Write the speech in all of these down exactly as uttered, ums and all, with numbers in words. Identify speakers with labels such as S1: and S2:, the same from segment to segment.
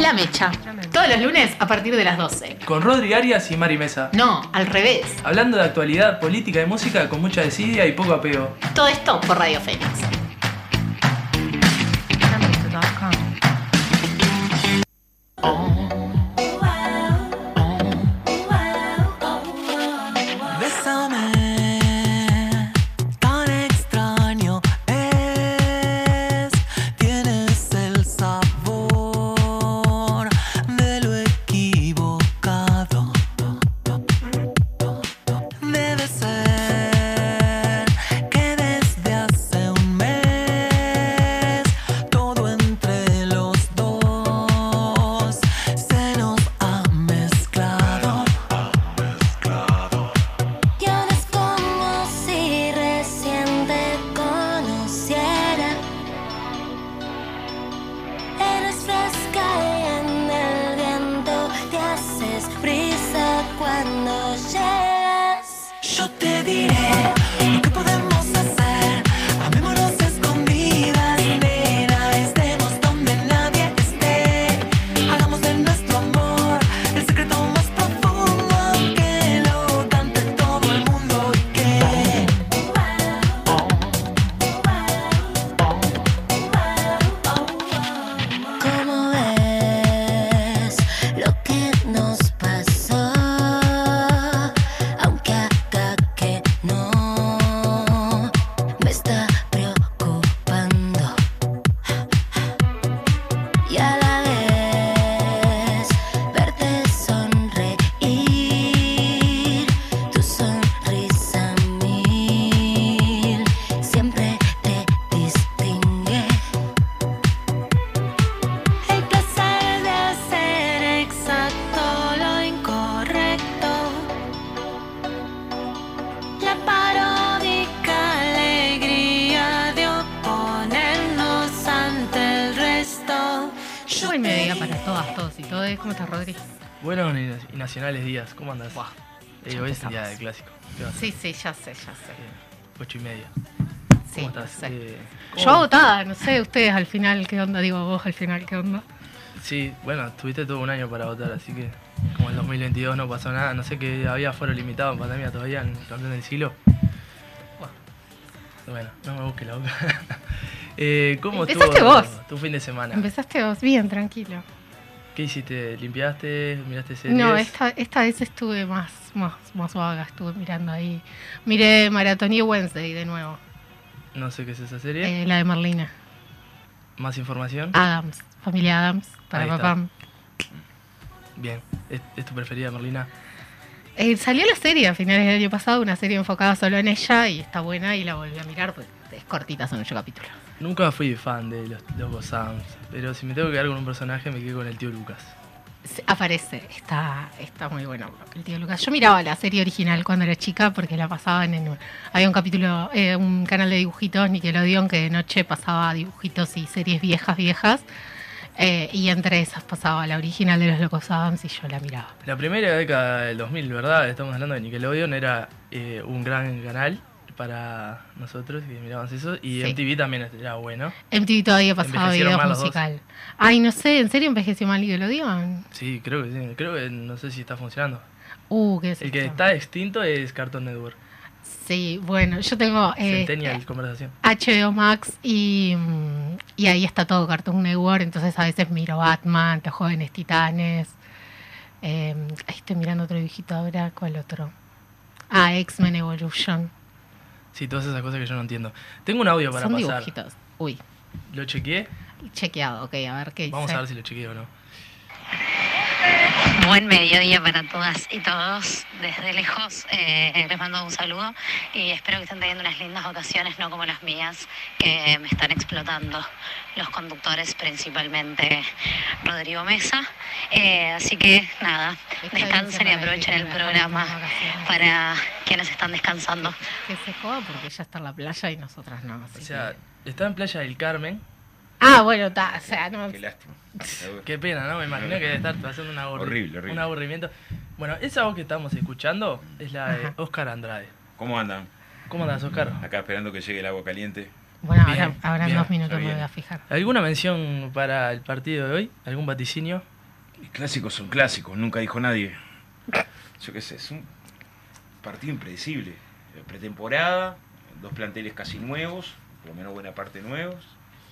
S1: La Mecha. Todos los lunes a partir de las doce.
S2: Con Rodri Arias y Mari Mesa.
S1: No, al revés.
S2: Hablando de actualidad, política y música con mucha desidia y poco apego.
S1: Todo esto por Radio Fénix.
S2: Nacionales días, ¿cómo andas?
S1: Buah,
S2: eh, hoy es el día del clásico.
S1: Sí, sí, ya sé, ya sé.
S2: Eh, ocho y media.
S1: Sí,
S2: ¿Cómo estás?
S1: Sí.
S2: Eh,
S1: ¿cómo? Yo agotada, no sé, ustedes al final qué onda, digo vos al final qué onda.
S2: Sí, bueno, tuviste todo un año para votar, así que como el dos mil veintidós no pasó nada, no sé que había foro limitado en pandemia todavía en el campeón del siglo. Bueno, no me busques la boca. eh, ¿Cómo
S1: Empezaste
S2: estuvo
S1: vos.
S2: tu fin de semana?
S1: Empezaste vos, bien, tranquilo.
S2: ¿Qué hiciste? ¿Limpiaste? ¿Miraste series?
S1: No, esta, esta vez estuve más, más, más vaga, estuve mirando ahí. Miré Maratoné Wednesday de nuevo.
S2: No sé qué es esa serie.
S1: Eh, la de Merlina.
S2: ¿Más información?
S1: Adams, familia Adams, para papá.
S2: Bien, ¿Es, ¿es tu preferida, Merlina?
S1: Eh, salió la serie a finales del año pasado, una serie enfocada solo en ella y está buena y la volví a mirar porque es cortita, son ocho capítulos. Nunca
S2: fui fan de los, los Gossams, pero si me tengo que quedar con un personaje me quedo con el tío Lucas.
S1: Aparece, está, está muy bueno el tío Lucas. Yo miraba la serie original cuando era chica porque la pasaban en... Había un capítulo, eh, un canal de dibujitos, Nickelodeon, que de noche pasaba dibujitos y series viejas, viejas. Eh, y entre esas pasaba la original de los Locos Adams y yo la miraba.
S2: La primera década del dos mil, ¿verdad? Estamos hablando de Nickelodeon, era eh, un gran canal para nosotros que mirábamos eso, y sí. M T V también era bueno.
S1: M T V todavía pasaba videos musical. Ay, no sé, ¿en serio envejeció mal Nickelodeon?
S2: Sí, creo que sí, creo que no sé si está funcionando.
S1: Uh, ¿qué es
S2: El
S1: esto?
S2: que está extinto es Cartoon Network.
S1: Sí, bueno, yo tengo eh,
S2: Centennial conversación.
S1: H B O Max y, y ahí está todo Cartoon Network, entonces a veces miro Batman, Los Jóvenes Titanes. Eh, ahí estoy mirando otro dibujito ahora, ¿cuál otro? Ah, X-Men Evolution.
S2: Sí, todas esas cosas que yo no entiendo. Tengo un audio para
S1: Son
S2: pasar.
S1: Son dibujitos. Uy.
S2: ¿Lo chequeé?
S1: Chequeado, ok, a ver qué dice.
S2: Vamos a ver si lo chequeé o no.
S3: Buen mediodía para todas y todos. Desde lejos eh, les mando un saludo y espero que estén teniendo unas lindas vacaciones, no como las mías, que me están explotando los conductores, principalmente Rodrigo Mesa. Eh, así que nada, descansen y aprovechen el programa para quienes están descansando.
S1: Que se joda porque ella está en la playa y nosotras no.
S2: O sea, está en Playa del Carmen.
S1: Ah, bueno, está, o sea, no.
S4: Qué lástima.
S2: Qué pena, ¿no? Me imagino que debe estar haciendo un, aburri
S4: horrible, horrible.
S2: un aburrimiento. Bueno, esa voz que estamos escuchando es la de Oscar Andrade.
S4: ¿Cómo andan?
S2: ¿Cómo andas, Oscar?
S4: Acá esperando que llegue el agua caliente.
S1: Bueno,
S2: Bien,
S1: ahora, ahora en
S2: bien,
S1: dos minutos
S4: ya
S1: me voy
S4: viene.
S1: a fijar.
S2: ¿Alguna mención para el partido de hoy? ¿Algún vaticinio?
S4: Y clásicos son clásicos, nunca dijo nadie. Yo qué sé, es un partido impredecible. Pretemporada, dos planteles casi nuevos, por lo menos buena parte nuevos.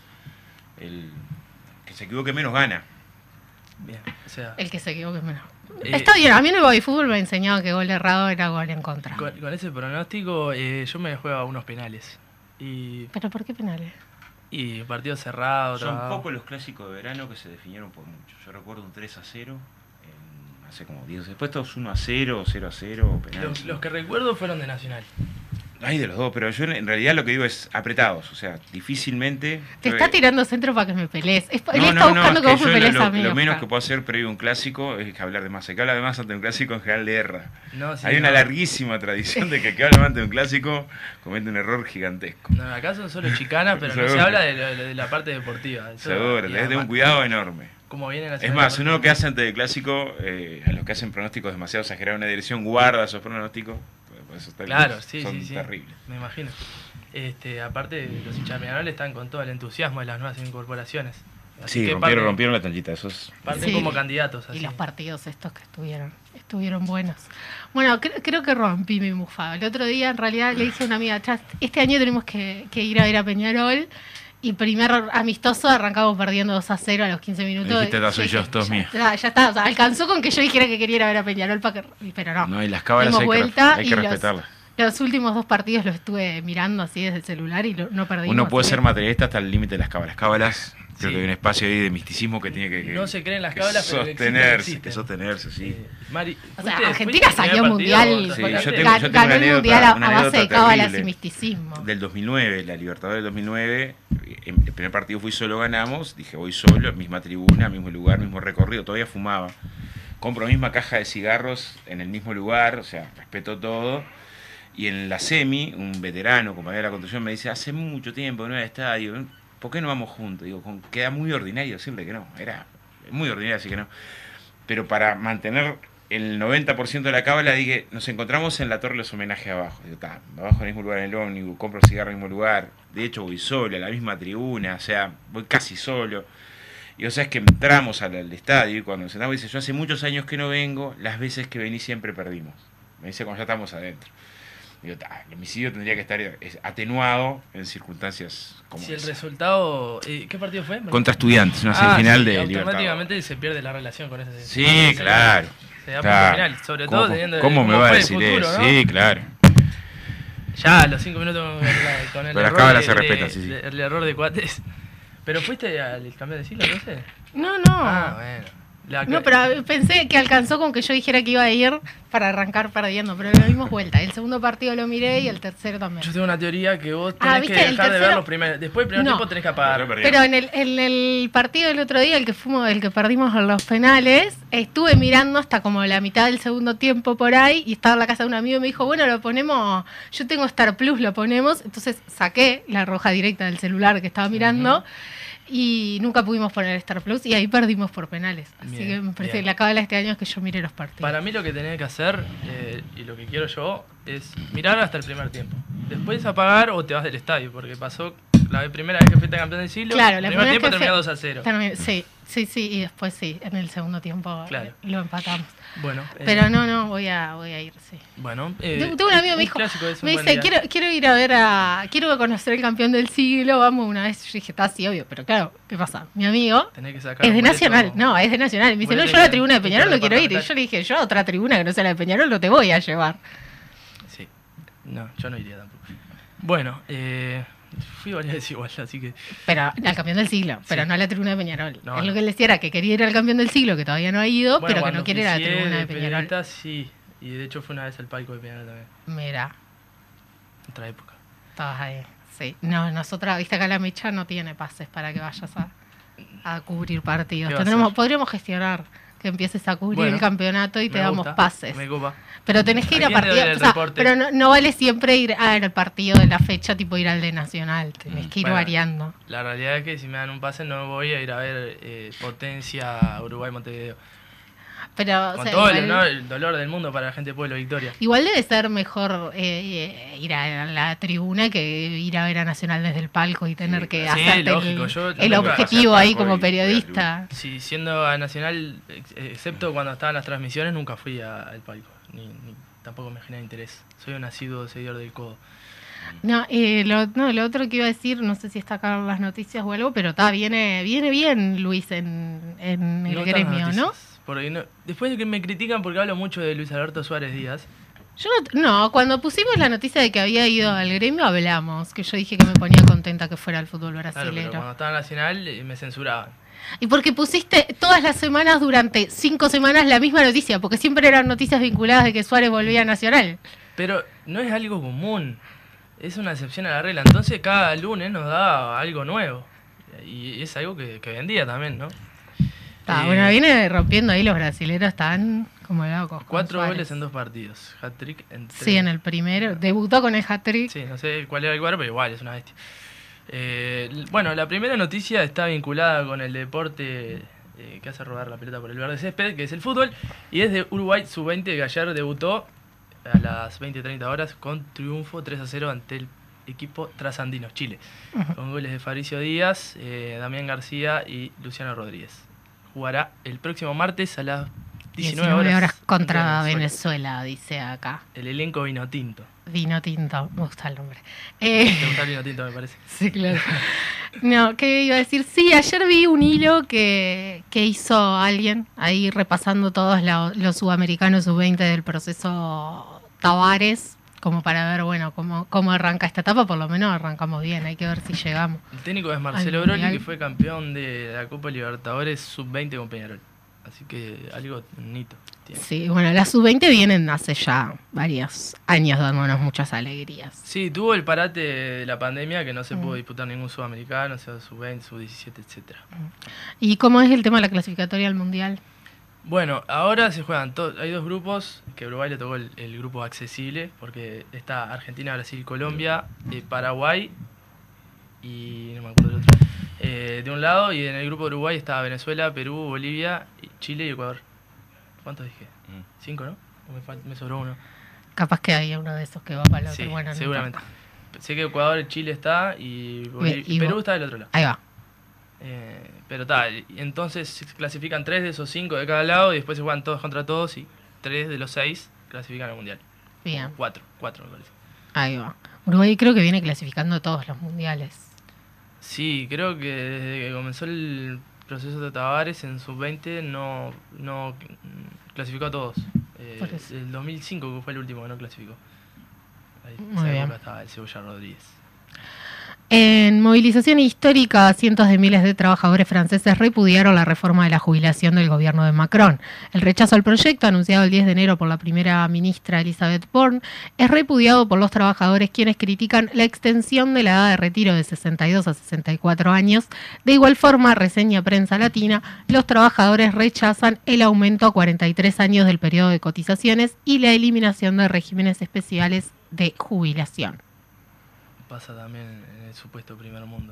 S4: El que se equivoque menos gana.
S2: Bien, o sea,
S1: El que se equivoque menos.
S2: Eh,
S1: Está bien, a mí en el bodyfútbol me ha enseñado que gol errado era gol en contra.
S2: con, con ese pronóstico eh, yo me juego a unos penales. Y,
S1: ¿Pero por qué penales?
S2: y partido cerrado.
S4: Son
S2: trabado.
S4: pocos los clásicos de verano que se definieron por mucho. Yo recuerdo un tres a cero, en, hace como diez. Después todos uno a cero, cero a cero, penales.
S2: Los, los que recuerdo fueron de Nacional.
S4: Hay de los dos, pero yo en realidad lo que digo es apretados. O sea, difícilmente.
S1: Te
S4: yo-
S1: está tirando centro para que me pelees. Es, él
S4: No,
S1: está
S4: no, no,
S1: buscando
S4: es
S1: que vos me
S4: yo
S1: pelees
S4: lo,
S1: a mí.
S4: lo menos
S1: Oscar.
S4: que puedo hacer previo a un clásico es que hablar de más. El que habla de más ante un clásico en general le erra.
S2: No, sí,
S4: Hay una
S2: no.
S4: larguísima tradición de que el que habla más ante un clásico comete un error gigantesco.
S2: No, acá son solo chicanas, pero no se
S4: Seguro.
S2: habla de, lo- de la parte deportiva. Eso-
S4: Seguro,
S2: y
S4: tenés de un
S2: además,
S4: cuidado enorme.
S2: Como viene
S4: Es más, uno que hace ante el clásico, eh, a los que hacen pronósticos demasiado exagerados en una dirección, guarda esos pronósticos. pues, pues esos términos
S2: Claro, sí,
S4: son
S2: sí, sí.
S4: terribles.
S2: Me imagino. Este, aparte, los hinchas de Peñarol están con todo el entusiasmo de las nuevas incorporaciones. Así
S4: Sí,
S2: que
S4: rompieron,
S2: parten-
S4: rompieron la tanquita, eso es...
S2: Parten
S1: Sí.
S2: como candidatos.
S1: Y
S2: Así.
S1: los partidos estos que estuvieron, estuvieron buenos. Bueno, cre- creo que rompí mi mufa. El otro día, en realidad, le dije a una amiga, "Chas, este año tenemos que, que ir a ver a Peñarol. Y primer amistoso arrancamos perdiendo dos a cero a los quince minutos.
S4: Me dijiste,
S1: Y
S4: "Ta, soy yo,
S1: dije,
S4: todos
S1: ya,
S4: míos".
S1: Ya, ya está, o sea, alcanzó con que yo dijera que quería ir a ver a Peñarol, para que, pero no.
S4: No, y las cábalas
S1: Dimos
S4: hay que,
S1: vuelta
S4: hay
S1: y
S4: que
S1: los-
S4: respetarlas.
S1: Los últimos dos partidos los estuve mirando así desde el celular y lo- no perdimos.
S4: Uno puede
S1: así
S4: ser
S1: que-
S4: materialista hasta el límite de las cábalas. Cábalas, creo
S2: Sí.
S4: que hay un espacio ahí de misticismo que tiene que, que-
S2: No se creen las
S4: que
S2: cábalas, pero que existen,
S4: sostenerse,
S2: existen.
S4: que sostenerse, sí.
S2: Eh, Mari,
S1: O sea,
S2: ¿fuiste-
S1: Argentina
S2: fuiste al
S1: salió
S2: primer
S1: mundial,
S2: partido?
S4: Sí,
S2: ¿Sacaste?
S4: yo tengo-
S1: ga-
S4: yo tengo
S1: ganó
S4: una
S1: el
S4: anécdota-
S1: mundial a,
S4: una
S1: a base
S4: anécdota
S1: de cábalas y
S4: terrible.
S1: misticismo.
S4: Del dos mil nueve, la Libertadores del dos mil nueve, en el primer partido fui solo, ganamos, dije voy solo, misma tribuna, mismo lugar, mismo recorrido, todavía fumaba. Compro misma caja de cigarros en el mismo lugar, o sea, respeto todo. Y en la semi, un veterano, compañero de la construcción, me dice, hace mucho tiempo que no era estadio, ¿por qué no vamos juntos? Digo, con- queda muy ordinario decirle que no, era muy ordinario, así que no. Pero para mantener el noventa por ciento de la cábala, dije, nos encontramos en la Torre de los Homenajes abajo. Digo, está, abajo en el mismo lugar en el ómnibus, compro cigarro en el mismo lugar. De hecho, voy solo, a la misma tribuna, o sea, voy casi solo. Y o sea, es que entramos al, al estadio y cuando nos sentamos, dice, yo hace muchos años que no vengo, las veces que vení siempre perdimos. Me dice, cuando ya estamos adentro. Digo, ta, el homicidio tendría que estar es, atenuado en circunstancias como
S2: Si el
S4: esa.
S2: resultado. eh, ¿Qué partido fue?
S4: Contra Estudiantes, una
S2: Ah,
S4: semifinal
S2: sí,
S4: de Libertadores.
S2: automáticamente se pierde la relación con ese.
S4: Sí,
S2: se-
S4: claro.
S2: Se da
S4: claro.
S2: por final, sobre
S4: ¿Cómo-
S2: todo teniendo.
S4: ¿Cómo me
S2: cómo
S4: va a
S2: fue el
S4: decir
S2: futuro,
S4: eso?
S2: ¿no?
S4: Sí, claro.
S2: Ya a los cinco minutos con, la- con el
S4: Pero las
S2: error
S4: cábalas
S2: de-
S4: se
S2: de-
S4: respetan, sí, sí.
S2: de- el error de Cuates. ¿Pero fuiste al campeón de siglo, no sé?
S1: No, no.
S2: Ah, bueno. La-
S1: No, pero pensé que alcanzó con que yo dijera que iba a ir para arrancar perdiendo, pero lo dimos vuelta. El segundo partido lo miré y el tercero también.
S2: Yo tengo una teoría que vos
S1: Ah,
S2: tenés
S1: ¿viste?
S2: que
S1: El
S2: dejar de ver
S1: tercero-
S2: los primeros. Después del primer
S1: No.
S2: tiempo tenés que apagar.
S1: Pero en el, en el partido del otro día, el que fuimos, el que perdimos en los penales, estuve mirando hasta como la mitad del segundo tiempo por ahí y estaba en la casa de un amigo y me dijo, bueno, lo ponemos, yo tengo Star Plus, lo ponemos. Entonces saqué la roja directa del celular que estaba mirando y nunca pudimos poner Star Plus y ahí perdimos por penales. Así
S2: Bien,
S1: que me parece
S2: bien.
S1: que la cábala este año es que yo mire los partidos.
S2: Para mí lo que tenés que hacer, eh, y lo que quiero yo, es mirar hasta el primer tiempo. Después apagar o te vas del estadio, porque pasó la primera vez que fuiste campeón del siglo,
S1: Claro,
S2: el
S1: la
S2: primer
S1: primera
S2: tiempo
S1: vez que
S2: terminó
S1: fue-
S2: dos a cero.
S1: Termin- Sí, sí, sí, y después sí, en el segundo tiempo
S2: Claro.
S1: eh, lo empatamos.
S2: Bueno, eh,
S1: Pero no, no, voy a, voy a ir, sí.
S2: bueno eh,
S1: Tengo tengo un amigo que me dijo,
S2: clásico es un
S1: me
S2: buen
S1: dice,
S2: día.
S1: quiero, quiero ir a ver a, quiero conocer el campeón del siglo, vamos una vez. Yo dije, está así, obvio, pero claro, ¿qué pasa? Mi amigo
S2: Tenés que sacar
S1: es
S2: un
S1: de
S2: boleto-
S1: Nacional, no, es de Nacional. Me dice, no,
S2: boleto
S1: yo a la
S2: de-
S1: tribuna de Peñarol no quiero ir. Y
S2: interdepartamental.
S1: yo le dije, yo a otra tribuna que no sea la de Peñarol no te voy a llevar.
S2: Sí, no, yo no iría tampoco. Bueno, eh, fui varias veces igual, así que...
S1: Pero al campeón del siglo, pero
S2: Sí.
S1: no a la tribuna de Peñarol.
S2: No,
S1: es
S2: no.
S1: lo que él decía, era que quería ir al campeón del siglo, que todavía no ha ido,
S2: Bueno,
S1: pero que
S2: cuando
S1: no quiere ir a la
S2: oficié
S1: tribuna de
S2: de
S1: Peñarol.
S2: periodista, sí, y de hecho fue una vez al palco de Peñarol también,
S1: Mira,
S2: otra época.
S1: estabas ahí. Sí. No, nosotras, viste acá la Mecha no tiene pases para que vayas a, a cubrir partidos.
S2: ¿Qué va a
S1: Tendremos,
S2: hacer?
S1: podríamos gestionar que empieces a cubrir
S2: Bueno,
S1: el campeonato y te
S2: Me
S1: damos
S2: gusta,
S1: pases.
S2: Me copa.
S1: Pero tenés que ir
S2: ¿A
S1: a
S2: quién le doy
S1: partidos.
S2: el
S1: O sea,
S2: reporte?
S1: pero no, no vale siempre ir al partido de la fecha, tipo ir al de Nacional. Tenés que ir
S2: Bueno,
S1: variando.
S2: La realidad es que si me dan un pase no voy a ir a ver eh, Potencia Uruguay Montevideo.
S1: Pero,
S2: Con
S1: o sea,
S2: todo
S1: igual,
S2: el, honor, el dolor del mundo para la gente de Pueblo Victoria.
S1: igual debe ser mejor eh, ir a la tribuna que ir a ver a Nacional desde el palco y tener
S4: Sí,
S1: que
S2: sí,
S1: hacer
S2: lógico,
S1: el,
S2: yo-
S1: el
S2: yo
S1: objetivo
S4: hacer
S1: ahí
S4: palco
S1: como
S4: y-
S1: periodista.
S2: Sí, siendo a Nacional, ex- excepto cuando estaban las transmisiones, nunca fui a- al palco. Ni, ni- tampoco me genera interés. Soy un asiduo seguidor del codo.
S1: No, eh, lo, no, lo otro que iba a decir, no sé si está acá en las noticias o algo, pero está, viene, viene bien Luis en, en el
S2: No están las
S1: gremio, ¿no?
S2: noticias, porque no- Después de que me critican porque hablo mucho de Luis Alberto Suárez Díaz.
S1: Yo no, no, cuando pusimos la noticia de que había ido al gremio hablamos, que yo dije que me ponía contenta que fuera al fútbol
S2: Claro,
S1: brasilero.
S2: pero cuando estaba en Nacional eh, me censuraban.
S1: Y porque pusiste todas las semanas durante cinco semanas la misma noticia, porque siempre eran noticias vinculadas de que Suárez volvía a Nacional.
S2: Pero no es algo común. Es una excepción a la regla. Entonces cada lunes nos da algo nuevo. Y es algo que, que vendía también, ¿no?
S1: Está,
S2: Eh,
S1: bueno, viene rompiendo ahí los brasileros, están como locos. con
S2: Cuatro
S1: Suárez.
S2: goles en dos partidos. Hat-trick en tres.
S1: Sí, en el primero. Debutó con el hat-trick.
S2: Sí, no sé cuál era el cuadro, pero igual es una bestia. Eh, l- bueno, la primera noticia está vinculada con el deporte eh, que hace rodar la pelota por el verde césped, que es el fútbol, y es de Uruguay sub veinte, que ayer debutó a las veinte treinta horas con triunfo tres a cero ante el equipo Trasandinos, Chile, con goles de Fabricio Díaz, eh, Damián García y Luciano Rodríguez. Jugará el próximo martes a las diecinueve horas,
S1: contra
S2: ante
S1: Venezuela, dice acá.
S2: El elenco vino tinto.
S1: Vino tinto, me gusta el nombre. Eh,
S2: Te gusta el vino tinto, me parece.
S1: sí, claro. No, ¿qué iba a decir? Sí, ayer vi un hilo que, que hizo alguien ahí repasando todos la- los sudamericanos sub veinte del proceso Tavares, como para ver, bueno, cómo, cómo arranca esta etapa. Por lo menos arrancamos bien, hay que ver si llegamos.
S2: El técnico es Marcelo
S1: Al
S2: Broly,
S1: Mundial.
S2: que fue campeón de la Copa Libertadores sub veinte con Peñarol. Así que algo bonito tiene.
S1: Sí, bueno, las sub veinte vienen hace ya varios años dándonos muchas alegrías.
S2: Sí, tuvo el parate de la pandemia que no se
S1: Mm.
S2: pudo disputar ningún sudamericano, o sea, sub veinte, sub diecisiete, etcétera.
S1: ¿Y cómo es el tema de la clasificatoria al Mundial?
S2: Bueno, ahora se juegan, to- hay dos grupos, que a Uruguay le tocó el, el grupo accesible, porque está Argentina, Brasil, Colombia, eh, Paraguay y no me acuerdo el otro. Eh, de un lado, y en el grupo de Uruguay está Venezuela, Perú, Bolivia, y Chile y Ecuador. ¿Cuántos dije?
S4: Mm.
S2: ¿Cinco, no? ¿O me, fal- me sobró uno?
S1: Capaz que hay uno de esos que va para el otro.
S2: Sí,
S1: bueno, no
S2: seguramente.
S1: importa.
S2: Sé que Ecuador, Chile está y, Boliv-
S1: Bien, y
S2: Perú
S1: vos-
S2: está del otro lado.
S1: Ahí va.
S2: Eh, pero está, entonces se clasifican tres de esos cinco de cada lado y después se juegan todos contra todos y tres de los seis clasifican al mundial.
S1: Bien.
S2: O cuatro, cuatro me parece.
S1: Ahí va. Uruguay creo que viene clasificando todos los mundiales.
S2: Sí, creo que desde que comenzó el proceso de Tavares en sub veinte no, no mm, clasificó a todos. Eh,
S1: Por eso.
S2: el dos mil cinco que fue el último que no clasificó. Ahí,
S1: Muy
S2: esa
S1: bien.
S2: época estaba el Cebolla Rodríguez.
S1: En movilización histórica, cientos de miles de trabajadores franceses repudiaron la reforma de la jubilación del gobierno de Macron. El rechazo al proyecto, anunciado el diez de enero por la primera ministra Elisabeth Borne, es repudiado por los trabajadores, quienes critican la extensión de la edad de retiro de sesenta y dos a sesenta y cuatro años. De igual forma, reseña Prensa Latina, los trabajadores rechazan el aumento a cuarenta y tres años del periodo de cotizaciones y la eliminación de regímenes especiales de jubilación.
S2: Pasa también en el supuesto primer mundo.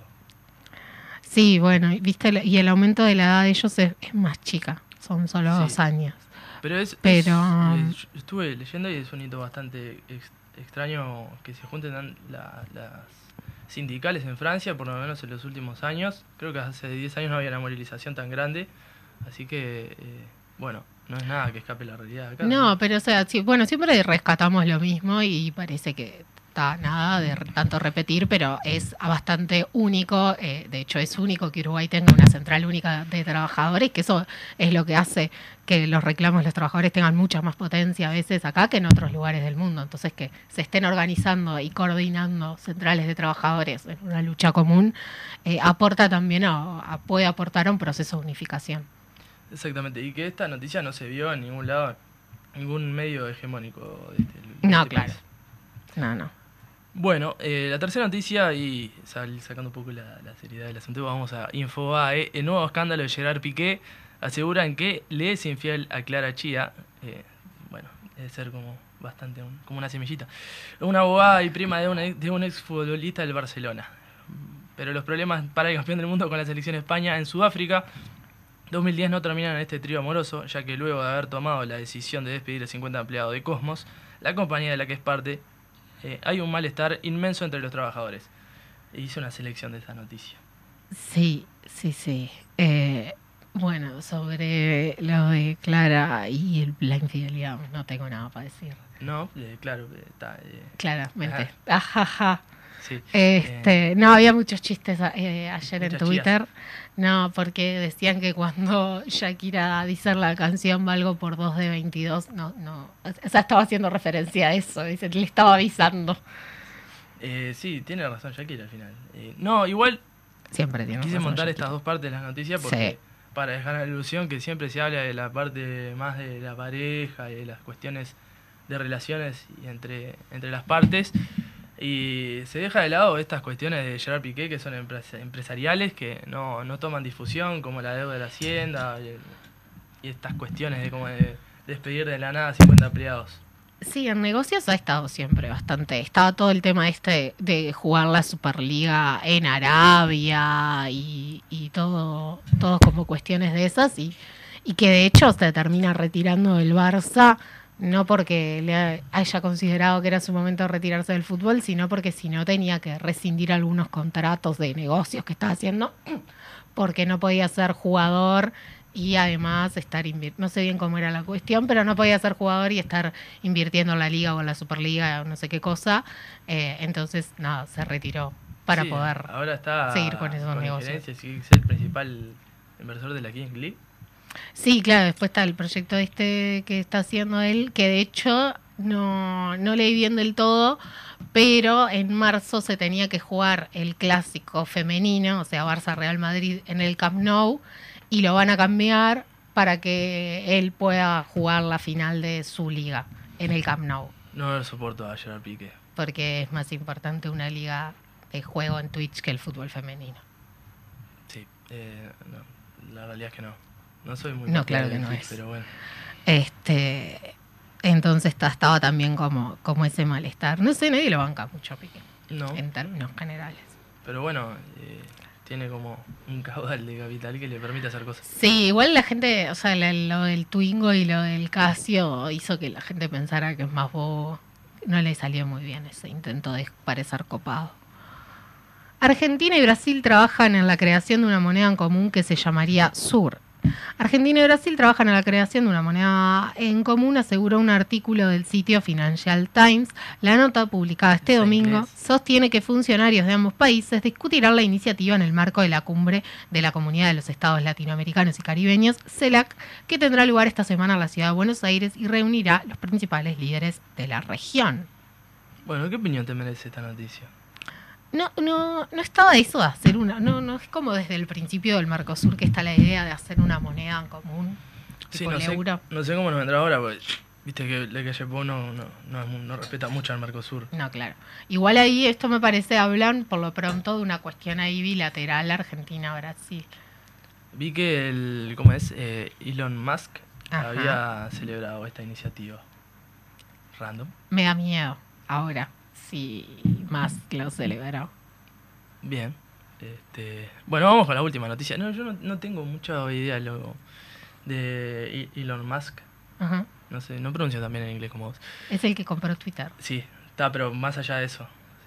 S1: Sí, bueno, y viste, la- y el aumento de la edad de ellos es, es más chica, son solo
S2: Sí.
S1: dos años.
S2: Pero es,
S1: Pero,
S2: es-
S1: um,
S2: eh, yo estuve leyendo y es un hito bastante ex- extraño que se junten tan- la- las sindicales en Francia, por lo menos en los últimos años. Creo que hace diez años no había una movilización tan grande, así que, eh, bueno, no es nada que escape la realidad acá.
S1: No, pero o sea, sí, bueno, siempre rescatamos lo mismo y parece que está nada de re- tanto repetir, pero es bastante único, eh, de hecho es único que Uruguay tenga una central única de trabajadores, que eso es lo que hace que los reclamos de los trabajadores tengan mucha más potencia a veces acá que en otros lugares del mundo. Entonces que se estén organizando y coordinando centrales de trabajadores en una lucha común, eh, aporta también, a, a- puede aportar a un proceso de unificación.
S2: Exactamente, y que esta noticia no se vio en ningún lado, en ningún medio hegemónico de este, de
S1: No,
S2: este
S1: claro.
S2: país.
S1: No, no.
S2: Bueno, eh, la tercera noticia, y sal- sacando un poco la, la seriedad del asunto, vamos a Infobae. El nuevo escándalo de Gerard Piqué. Aseguran que le es infiel a Clara Chía. Eh, bueno, debe ser como bastante un- como una semillita. Es una abogada y prima de un, ex- de un exfutbolista del Barcelona. Pero los problemas para el campeón del mundo con la selección de España en Sudáfrica dos mil diez no terminan en este trío amoroso, ya que luego de haber tomado la decisión de despedir a cincuenta empleados de Cosmos, la compañía de la que es parte, eh, hay un malestar inmenso entre los trabajadores. Hice una selección de esta noticia.
S1: Sí, sí, sí. Eh, bueno, sobre lo de Clara y el- la infidelidad, no tengo nada para decir.
S2: No, eh, claro, eh, está... eh,
S1: Claramente. Ajaja.
S2: sí.
S1: Este,
S2: Eh,
S1: no, había muchos chistes eh, ayer en
S2: Muchas
S1: Twitter. No, porque decían que cuando Shakira dice la canción Valgo por dos de veintidós, no, no. O sea, estaba haciendo referencia a eso. Dice, le estaba avisando.
S2: eh, sí, tiene razón Shakira al final. Eh, no, igual
S1: Siempre tiene
S2: quise
S1: razón,
S2: montar
S1: Shakira.
S2: estas dos partes de las noticias porque
S1: Sí.
S2: para dejar la ilusión que siempre se habla de la parte más de la pareja y de las cuestiones de relaciones y entre, entre las partes y se deja de lado estas cuestiones de Gerard Piqué que son empresa- empresariales que no, no toman difusión como la deuda de la hacienda y, el- y estas cuestiones de como de despedir de la nada cincuenta empleados.
S1: Sí, en negocios ha estado siempre bastante. Estaba todo el tema este de jugar la Superliga en Arabia y, y todo, todo como cuestiones de esas y, y que de hecho se termina retirando del Barça, no porque le ha- haya considerado que era su momento de retirarse del fútbol, sino porque si no tenía que rescindir algunos contratos de negocios que estaba haciendo, porque no podía ser jugador y además estar invir- no sé bien cómo era la cuestión, pero no podía ser jugador y estar invirtiendo en la liga o en la Superliga o no sé qué cosa. Eh, entonces, nada, se retiró para
S2: Sí,
S1: poder
S2: ahora está
S1: seguir con esos
S2: con
S1: negocios.
S2: injerencias y es el principal inversor de la Kings League.
S1: Sí, claro, después está el proyecto este que está haciendo él, que de hecho no, no leí bien del todo, pero en marzo se tenía que jugar el clásico femenino, o sea, Barça-Real Madrid en el Camp Nou, y lo van a cambiar para que él pueda jugar la final de su liga en el Camp Nou,
S2: No lo soporto a Gerard Piqué.
S1: porque es más importante una liga de juego en Twitch que el fútbol femenino.
S2: Sí, eh, no, la realidad es que no. No soy muy
S1: No,
S2: partidario
S1: claro que
S2: del
S1: no
S2: Twitch,
S1: es.
S2: pero bueno.
S1: Este, entonces está- estaba también como, como ese malestar. No sé, nadie lo banca mucho a Piqué,
S2: No,
S1: en términos generales.
S2: pero bueno, eh, tiene como un caudal de capital que le permite hacer cosas.
S1: Sí, igual la gente, o sea, la- lo del Twingo y lo del Casio hizo que la gente pensara que es más bobo. No le salió muy bien ese intento de parecer copado. Argentina y Brasil trabajan en la creación de una moneda en común que se llamaría SUR. Argentina y Brasil trabajan en la creación de una moneda en común, aseguró un artículo del sitio Financial Times. La nota, publicada este
S2: ¿Es en
S1: domingo,
S2: inglés?
S1: sostiene que funcionarios de ambos países discutirán la iniciativa en el marco de la cumbre de la Comunidad de los Estados Latinoamericanos y Caribeños, CELAC, que tendrá lugar esta semana en la ciudad de Buenos Aires y reunirá los principales líderes de la región.
S2: Bueno, ¿qué opinión te merece esta noticia?
S1: No, no, no estaba eso de hacer una, no, no es como desde el principio del Mercosur que está la idea de hacer una moneda en común,
S2: Sí,
S1: tipo
S2: no
S1: el
S2: sé,
S1: euro.
S2: no sé cómo nos vendrá ahora, porque viste que Le Cayepó no, no, no, es mu- no respeta mucho al Mercosur.
S1: No, claro. Igual ahí esto me parece hablan por lo pronto de una cuestión ahí bilateral Argentina-Brasil.
S2: Vi que el, ¿cómo es? Eh, Elon Musk
S1: Ajá.
S2: había celebrado esta iniciativa. Random.
S1: Me da miedo ahora, si más lo celebró.
S2: Bien. Este, bueno, vamos con la última noticia. No, yo no, no tengo mucha idea lo, de E- Elon Musk.
S1: Ajá.
S2: No sé, no pronuncio también en inglés como vos.
S1: Es el que compró Twitter.
S2: Sí, está, pero más allá de eso.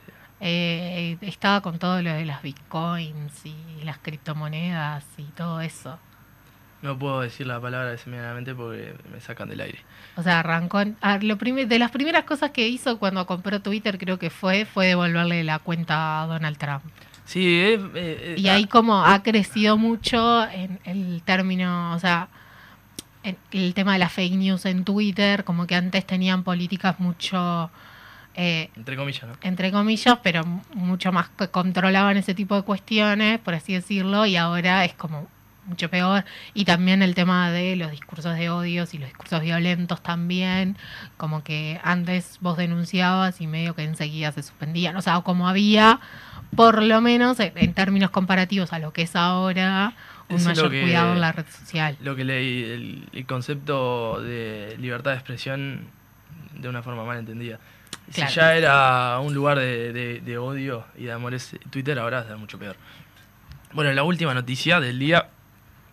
S1: Eh, estaba con todo lo de las bitcoins y las criptomonedas y todo eso.
S2: No puedo decir la palabra desempeñadamente porque me sacan del aire.
S1: O sea, arrancó. en- ah, lo primer- de las primeras cosas que hizo cuando compró Twitter, creo que fue, fue devolverle la cuenta a Donald Trump.
S2: Sí, es... eh, eh,
S1: Y ahí como ha crecido mucho en el término, o sea, en el tema de las fake news en Twitter, como que antes tenían políticas mucho, eh,
S2: entre comillas, ¿no?
S1: entre comillas, pero m- mucho más que controlaban ese tipo de cuestiones, por así decirlo, y ahora es como mucho peor. Y también el tema de los discursos de odios y los discursos violentos también, como que antes vos denunciabas y medio que enseguida se suspendían, o sea, como había, por lo menos en en términos comparativos a lo que es ahora, un
S2: Eso es lo
S1: mayor
S2: que-
S1: cuidado en la red social.
S2: Lo que leí, el, el concepto de libertad de expresión de una forma mal entendida.
S1: Claro.
S2: Si ya era un lugar de, de- de odio y de amores Twitter, ahora va a ser mucho peor. Bueno, la última noticia del día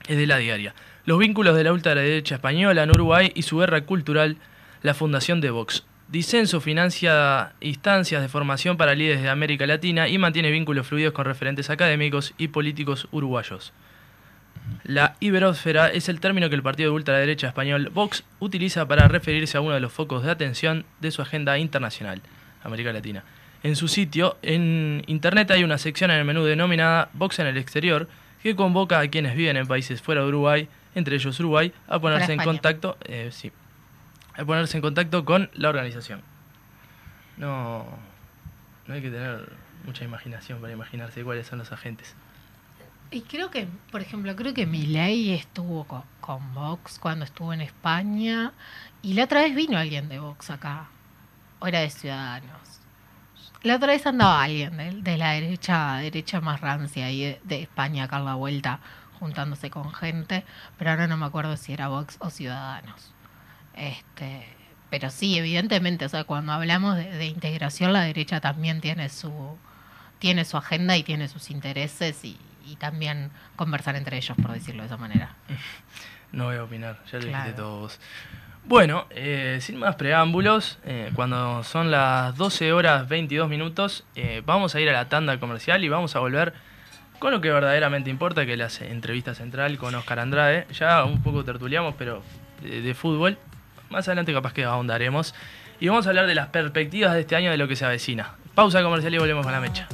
S2: es de La Diaria. Los vínculos de la ultraderecha española en Uruguay y su guerra cultural, la fundación de Vox. Disenso financia instancias de formación para líderes de América Latina y mantiene vínculos fluidos con referentes académicos y políticos uruguayos. La iberósfera es el término que el partido de ultraderecha español Vox utiliza para referirse a uno de los focos de atención de su agenda internacional, América Latina. En su sitio, en internet, hay una sección en el menú denominada Vox en el exterior, que convoca a quienes viven en países fuera de Uruguay, entre ellos Uruguay, a ponerse en contacto, eh, sí, a ponerse en contacto con la organización. No, no hay que tener mucha imaginación para imaginarse cuáles son los agentes.
S1: Y creo que, por ejemplo, creo que Milei estuvo con, con Vox cuando estuvo en España, y la otra vez vino alguien de Vox acá, o era de Ciudadanos. La otra vez andaba alguien de, de la derecha derecha más rancia ahí de, de España acá a la vuelta, juntándose con gente, pero ahora no me acuerdo si era Vox o Ciudadanos. Este, pero sí, evidentemente, o sea, cuando hablamos de, de integración, la derecha también tiene su tiene su agenda y tiene sus intereses, y, y también conversar entre ellos, por decirlo de esa manera.
S2: No voy a opinar, ya lo
S1: Claro.
S2: dijiste todo vos. Bueno, eh, sin más preámbulos, eh, cuando son las doce horas veintidós minutos, eh, vamos a ir a la tanda comercial y vamos a volver con lo que verdaderamente importa, que es la entrevista central con Oscar Andrade. Ya un poco tertuliamos, pero de, de fútbol. Más adelante capaz que ahondaremos. Y vamos a hablar de las perspectivas de este año, de lo que se avecina. Pausa comercial y volvemos con la mecha.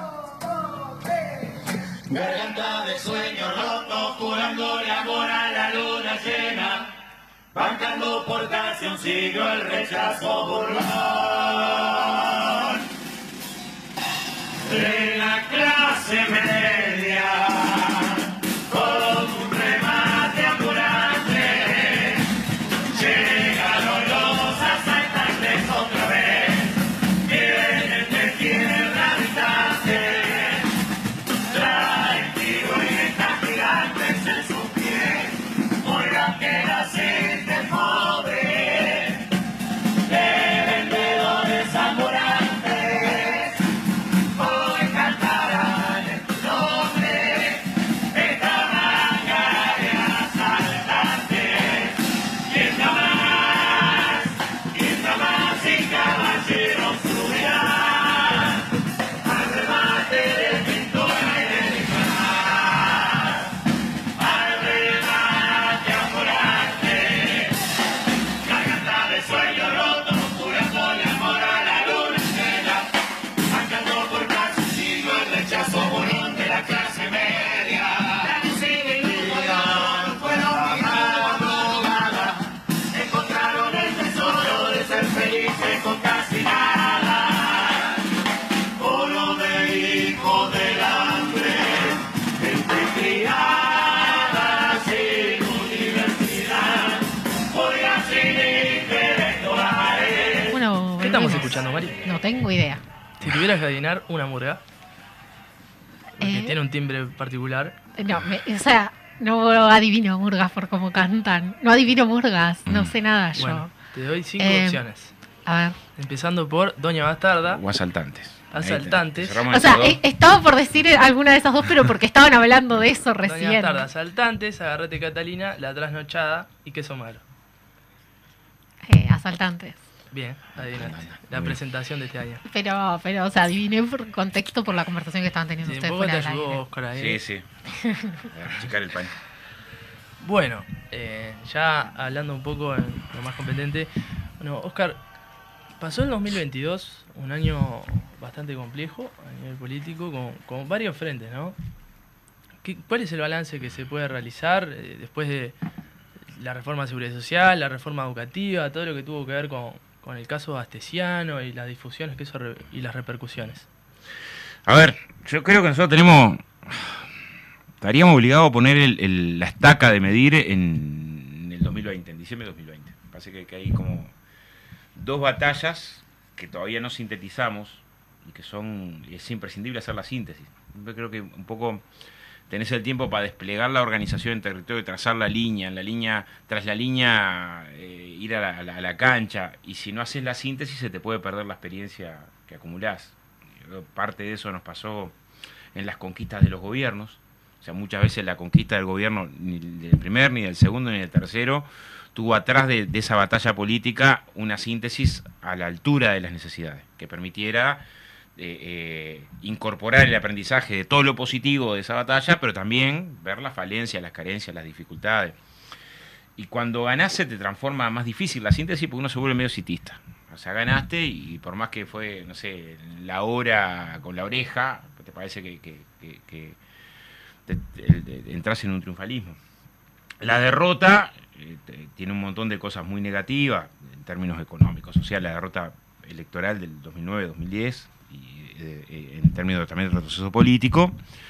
S5: Garganta de sueño roto, jurándole amor a la luna llena, bancando por casi un siglo el rechazo burlón de la clase media, con un remate ambulante. Llegaron los asaltantes otra vez, vienen de tierra distante, traen figuritas gigantes en sus pies, oigan que la gente pobre de vendedores ambulantes hoy cantarán el nombre de esta manga de asaltantes. Quien jamás, quien jamás sin caballeros subirá al remate de pintura y de disfraz, al remate ambulante. Garganta de sueño roto, jurándole amor a la luna llena, bancando por casi un siglo el rechazo burlón de la clase media. La visibilidad fueron bajadas madrugada, encontraron el tesoro de ser felices con casi nada. Oro de hijo del hambre, gente criada sin universidad, oiga sin intelectuales.
S1: Bueno,
S2: ¿Qué estamos
S1: volvemos.
S2: escuchando, Mari?
S1: No tengo idea.
S2: Si tuvieras que adivinar una murga, porque
S1: Eh.
S2: tiene un timbre particular.
S1: No, me- o sea, no adivino murgas por cómo cantan. No adivino murgas, no sé nada yo.
S2: Bueno, te doy cinco
S1: Eh,
S2: opciones.
S1: A ver.
S2: Empezando por Doña Bastarda.
S4: O asaltantes.
S2: Asaltantes.
S4: Ahí te- cerramos
S1: O sea,
S4: esas dos.
S1: eh, estaba por decir alguna de esas dos, pero porque estaban hablando de eso
S2: Doña
S1: recién.
S2: Bastarda, Asaltantes, Agarrete Catalina, La Trasnochada y Queso Malo.
S1: Eh, asaltantes.
S2: Bien, adivinaste.
S4: Muy
S2: La
S4: bien.
S2: presentación de este año.
S1: Pero, pero, o sea, adiviné por contexto por la conversación que estaban teniendo
S2: Sí, un
S1: ustedes
S2: poco te
S1: fuera del
S2: ayudó
S1: aire.
S2: Oscar ahí.
S4: Sí, sí. A achicar el pan.
S2: Bueno, eh, ya hablando un poco en lo más competente. Bueno, Oscar, pasó el dos mil veintidós, un año bastante complejo a nivel político, con, con varios frentes, ¿no? ¿Qué, ¿Cuál es el balance que se puede realizar eh, después de la reforma de seguridad social, la reforma educativa, todo lo que tuvo que ver con, con el caso Astesiano y las difusiones que eso re- y las repercusiones?
S4: A ver, yo creo que nosotros tenemos. Estaríamos obligados a poner el- el- la estaca de medir en el dos mil veinte, en diciembre de dos mil veinte. Parece que, que hay como dos batallas que todavía no sintetizamos y que son. Y es imprescindible hacer la síntesis. Yo creo que un poco tenés el tiempo para desplegar la organización en territorio, trazar la línea, en la línea, tras la línea, eh, ir a la, a la- a la cancha. Y si no haces la síntesis, se te puede perder la experiencia que acumulás. Parte de eso nos pasó en las conquistas de los gobiernos. sea, muchas veces la conquista del gobierno, ni del primer, ni del segundo, ni del tercero, tuvo atrás de, de esa batalla política una síntesis a la altura de las necesidades, que permitiera eh, eh, incorporar el aprendizaje de todo lo positivo de esa batalla, pero también ver las falencias, las carencias, las dificultades. Y cuando ganás se te transforma más difícil la síntesis porque uno se vuelve medio citista. O sea, ganaste y por más que fue, no sé, la hora con la oreja, te parece que, que, que, que te, te, te, entras en un triunfalismo. La derrota eh, te, tiene un montón de cosas muy negativas en términos económicos. O sea, la derrota electoral del dos mil nueve dos mil diez, y eh, eh, en términos también del retroceso político.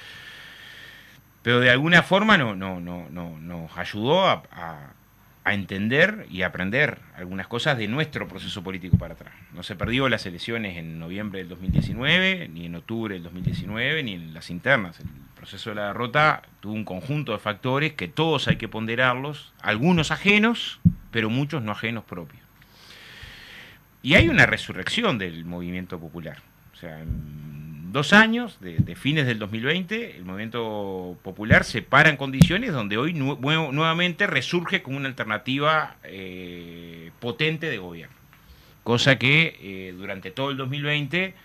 S4: Pero de alguna forma no, no, no, no, nos ayudó a, a, a entender y aprender algunas cosas de nuestro proceso político para atrás. No se perdió las elecciones en noviembre del dos mil diecinueve, ni en octubre del dos mil diecinueve, ni en las internas. El proceso de la derrota tuvo un conjunto de factores que todos hay que ponderarlos, algunos ajenos, pero muchos no ajenos propios. Y hay una resurrección del movimiento popular. O sea, en dos años, de, de fines del dos mil veinte, el movimiento popular se para en condiciones donde hoy nu nuevamente resurge como una alternativa eh, potente de gobierno. Cosa que eh, durante todo el dos mil veinte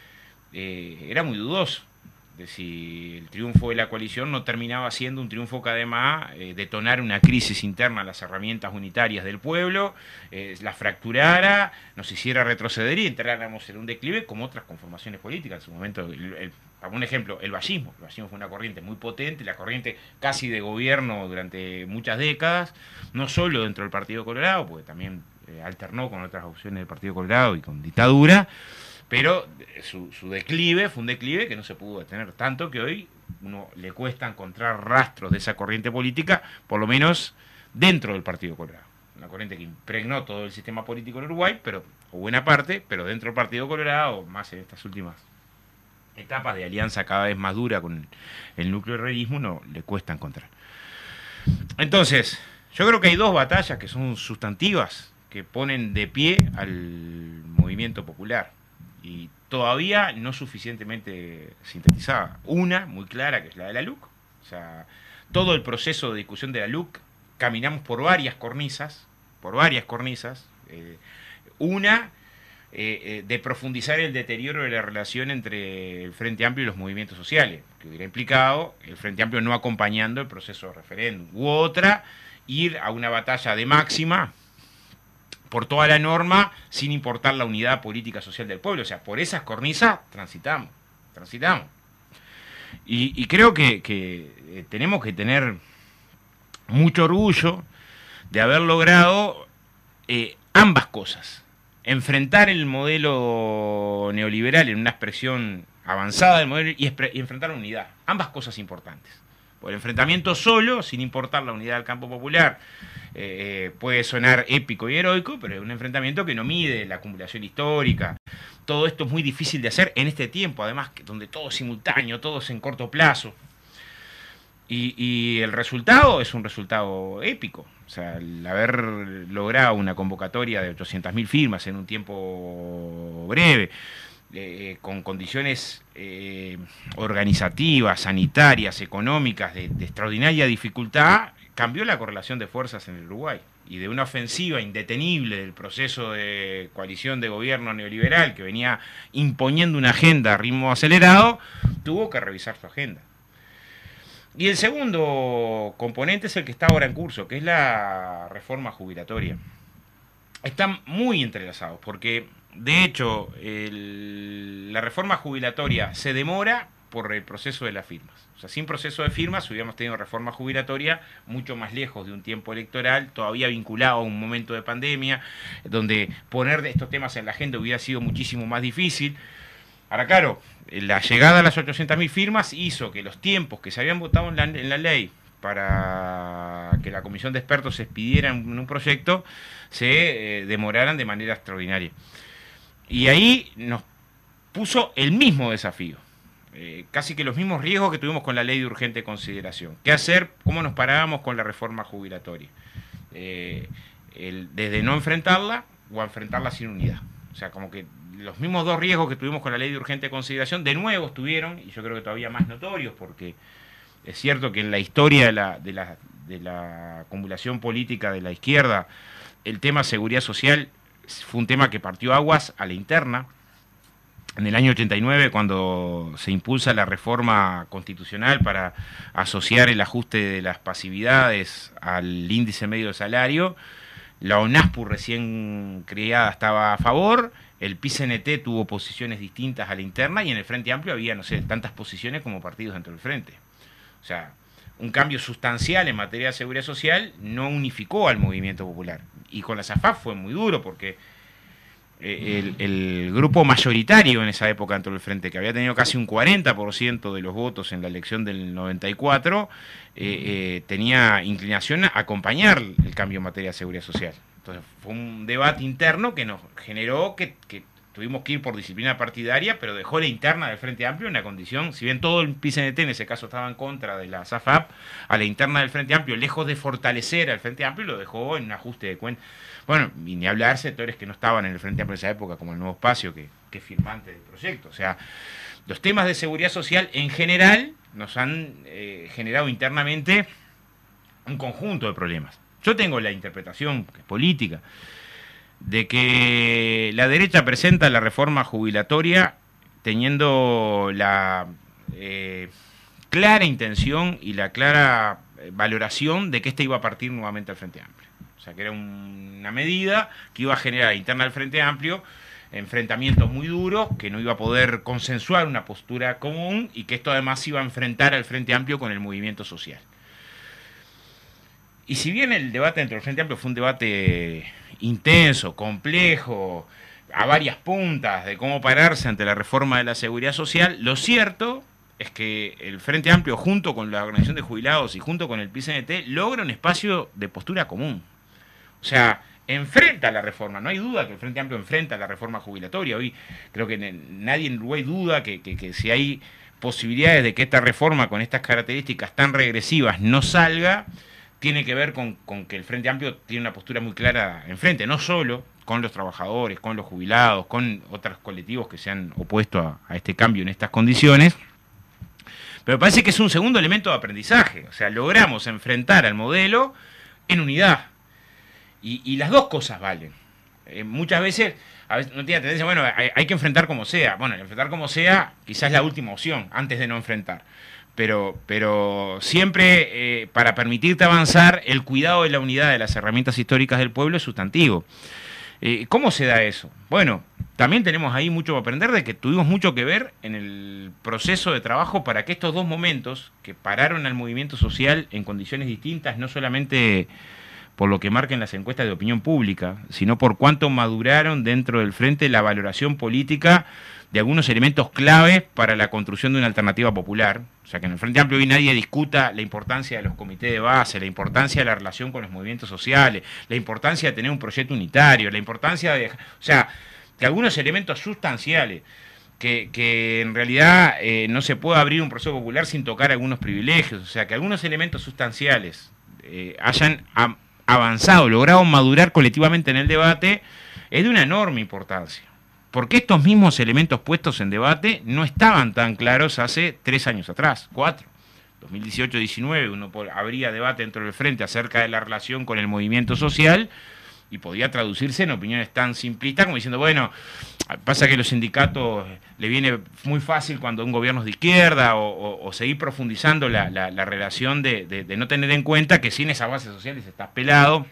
S4: eh, era muy dudoso de si el triunfo de la coalición no terminaba siendo un triunfo que además eh, detonara una crisis interna a las herramientas unitarias del pueblo, eh, la fracturara, nos hiciera retroceder y entráramos en un declive como otras conformaciones políticas. En su momento, el, el, para un ejemplo, el vallismo. El vallismo fue una corriente muy potente, la corriente casi de gobierno durante muchas décadas, no solo dentro del Partido Colorado, porque también eh, alternó con otras opciones del Partido Colorado y con dictadura, pero su, su declive fue un declive que no se pudo detener, tanto que hoy uno le cuesta encontrar rastros de esa corriente política, por lo menos dentro del Partido Colorado. Una corriente que impregnó todo el sistema político en Uruguay, pero, o buena parte, pero dentro del Partido Colorado, más en estas últimas etapas de alianza cada vez más dura con el núcleo herrerismo, no le cuesta encontrar. Entonces, yo creo que hay dos batallas que son sustantivas, que ponen de pie al movimiento popular. Y todavía no suficientemente sintetizada. Una, muy clara, que es la de la L U C. O sea, todo el proceso de discusión de la L U C, caminamos por varias cornisas, por varias cornisas. Eh, una, eh, eh, de profundizar el deterioro de la relación entre el Frente Amplio y los movimientos sociales, que hubiera implicado el Frente Amplio no acompañando el proceso de referéndum. U otra, ir a una batalla de máxima por toda la norma, sin importar la unidad política social del pueblo. O sea, por esas cornisas transitamos, transitamos. Y, y creo que, que eh, tenemos que tener mucho orgullo de haber logrado eh, ambas cosas. Enfrentar el modelo neoliberal en una expresión avanzada del modelo y, y enfrentar la unidad. Ambas cosas importantes. Por el enfrentamiento solo, sin importar la unidad del campo popular, eh, puede sonar épico y heroico, pero es un enfrentamiento que no mide la acumulación histórica. Todo esto es muy difícil de hacer en este tiempo, además, que donde todo es simultáneo, todo es en corto plazo. Y, y el resultado es un resultado épico. O sea, el haber logrado una convocatoria de ochocientas mil firmas en un tiempo breve, Eh, con condiciones eh, organizativas, sanitarias, económicas de, de extraordinaria dificultad, cambió la correlación de fuerzas en el Uruguay. Y de una ofensiva indetenible del proceso de coalición de gobierno neoliberal que venía imponiendo una agenda a ritmo acelerado, tuvo que revisar su agenda. Y el segundo componente es el que está ahora en curso, que es la reforma jubilatoria. Están muy entrelazados, porque de hecho, el, la reforma jubilatoria se demora por el proceso de las firmas. O sea, sin proceso de firmas hubiéramos tenido reforma jubilatoria mucho más lejos de un tiempo electoral, todavía vinculado a un momento de pandemia, donde poner estos temas en la agenda hubiera sido muchísimo más difícil. Ahora, claro, la llegada a las ochocientas mil firmas hizo que los tiempos que se habían votado en la, en la ley para que la comisión de expertos se expidiera en un proyecto se eh, demoraran de manera extraordinaria. Y ahí nos puso el mismo desafío, eh, casi que los mismos riesgos que tuvimos con la ley de urgente consideración. ¿Qué hacer? ¿Cómo nos parábamos con la reforma jubilatoria? Eh, el, desde no enfrentarla o a enfrentarla sin unidad. O sea, como que los mismos dos riesgos que tuvimos con la ley de urgente consideración, de nuevo estuvieron, y yo creo que todavía más notorios, porque Es cierto que en la historia de la, de la, de la acumulación política de la izquierda, el tema seguridad social fue un tema que partió aguas a la interna. En el año ochenta y nueve, cuando se impulsa la reforma constitucional para asociar el ajuste de las pasividades al índice medio de salario, la ONASPU recién creada estaba a favor, el P I C N T tuvo posiciones distintas a la interna y en el Frente Amplio había, no sé, tantas posiciones como partidos dentro del Frente. O sea, un cambio sustancial en materia de seguridad social no unificó al movimiento popular. Y con la S A F A P fue muy duro porque el, el grupo mayoritario en esa época dentro del Frente, que había tenido casi un cuarenta por ciento de los votos en la elección del noventa y cuatro, eh, eh, tenía inclinación a acompañar el cambio en materia de seguridad social. Entonces fue un debate interno que nos generó que, que tuvimos que ir por disciplina partidaria, pero dejó la interna del Frente Amplio en una condición, si bien todo el P I C N T en ese caso estaba en contra de la S A F A P, a la interna del Frente Amplio, lejos de fortalecer al Frente Amplio, lo dejó en un ajuste de cuentas. Bueno, y ni hablar sectores que no estaban en el Frente Amplio en esa época, como el Nuevo Espacio, que, que es firmante del proyecto. O sea, los temas de seguridad social en general nos han eh, generado internamente un conjunto de problemas. Yo tengo la interpretación política de que la derecha presenta la reforma jubilatoria teniendo la eh, clara intención y la clara valoración de que ésta iba a partir nuevamente al Frente Amplio. O sea, que era un, una medida que iba a generar interna al Frente Amplio enfrentamientos muy duros, que no iba a poder consensuar una postura común y que esto además iba a enfrentar al Frente Amplio con el movimiento social. Y si bien el debate dentro del Frente Amplio fue un debate intenso, complejo, a varias puntas de cómo pararse ante la reforma de la seguridad social, lo cierto es que el Frente Amplio, junto con la Organización de Jubilados y junto con el P I C N T, logra un espacio de postura común. O sea, enfrenta la reforma. No hay duda que el Frente Amplio enfrenta la reforma jubilatoria. Hoy creo que nadie en Uruguay duda que, que, que si hay posibilidades de que esta reforma con estas características tan regresivas no salga, tiene que ver con, con que el Frente Amplio tiene una postura muy clara enfrente, no solo con los trabajadores, con los jubilados, con otros colectivos que se han opuesto a, a este cambio en estas condiciones, pero parece que es un segundo elemento de aprendizaje. O sea, logramos enfrentar al modelo en unidad. Y, y las dos cosas valen. Eh, muchas veces, a veces no tiene tendencia, bueno, hay, hay que enfrentar como sea. Bueno, el enfrentar como sea quizás es la última opción, antes de no enfrentar. Pero, pero siempre, eh, para permitirte avanzar, el cuidado de la unidad de las herramientas históricas del pueblo es sustantivo. Eh, ¿Cómo se da eso? Bueno, también tenemos ahí mucho que aprender de que tuvimos mucho que ver en el proceso de trabajo para que estos dos momentos que pararon al movimiento social en condiciones distintas, no solamente por lo que marquen las encuestas de opinión pública, sino por cuánto maduraron dentro del Frente la valoración política de algunos elementos claves para la construcción de una alternativa popular. O sea, que en el Frente Amplio hoy nadie discuta la importancia de los comités de base, la importancia de la relación con los movimientos sociales, la importancia de tener un proyecto unitario, la importancia de... O sea, que algunos elementos sustanciales, que, que en realidad eh, no se puede abrir un proceso popular sin tocar algunos privilegios. O sea, que algunos elementos sustanciales eh, hayan a, avanzado, logrado madurar colectivamente en el debate, es de una enorme importancia. Porque estos mismos elementos puestos en debate no estaban tan claros hace tres años atrás, cuatro. dos mil dieciocho diecinueve uno por, habría debate dentro del Frente acerca de la relación con el movimiento social y podía traducirse en opiniones tan simplistas como diciendo, bueno, pasa que a los sindicatos le viene muy fácil cuando un gobierno es de izquierda o, o, o seguir profundizando la, la, la relación de, de, de no tener en cuenta que sin esas bases sociales estás pelado,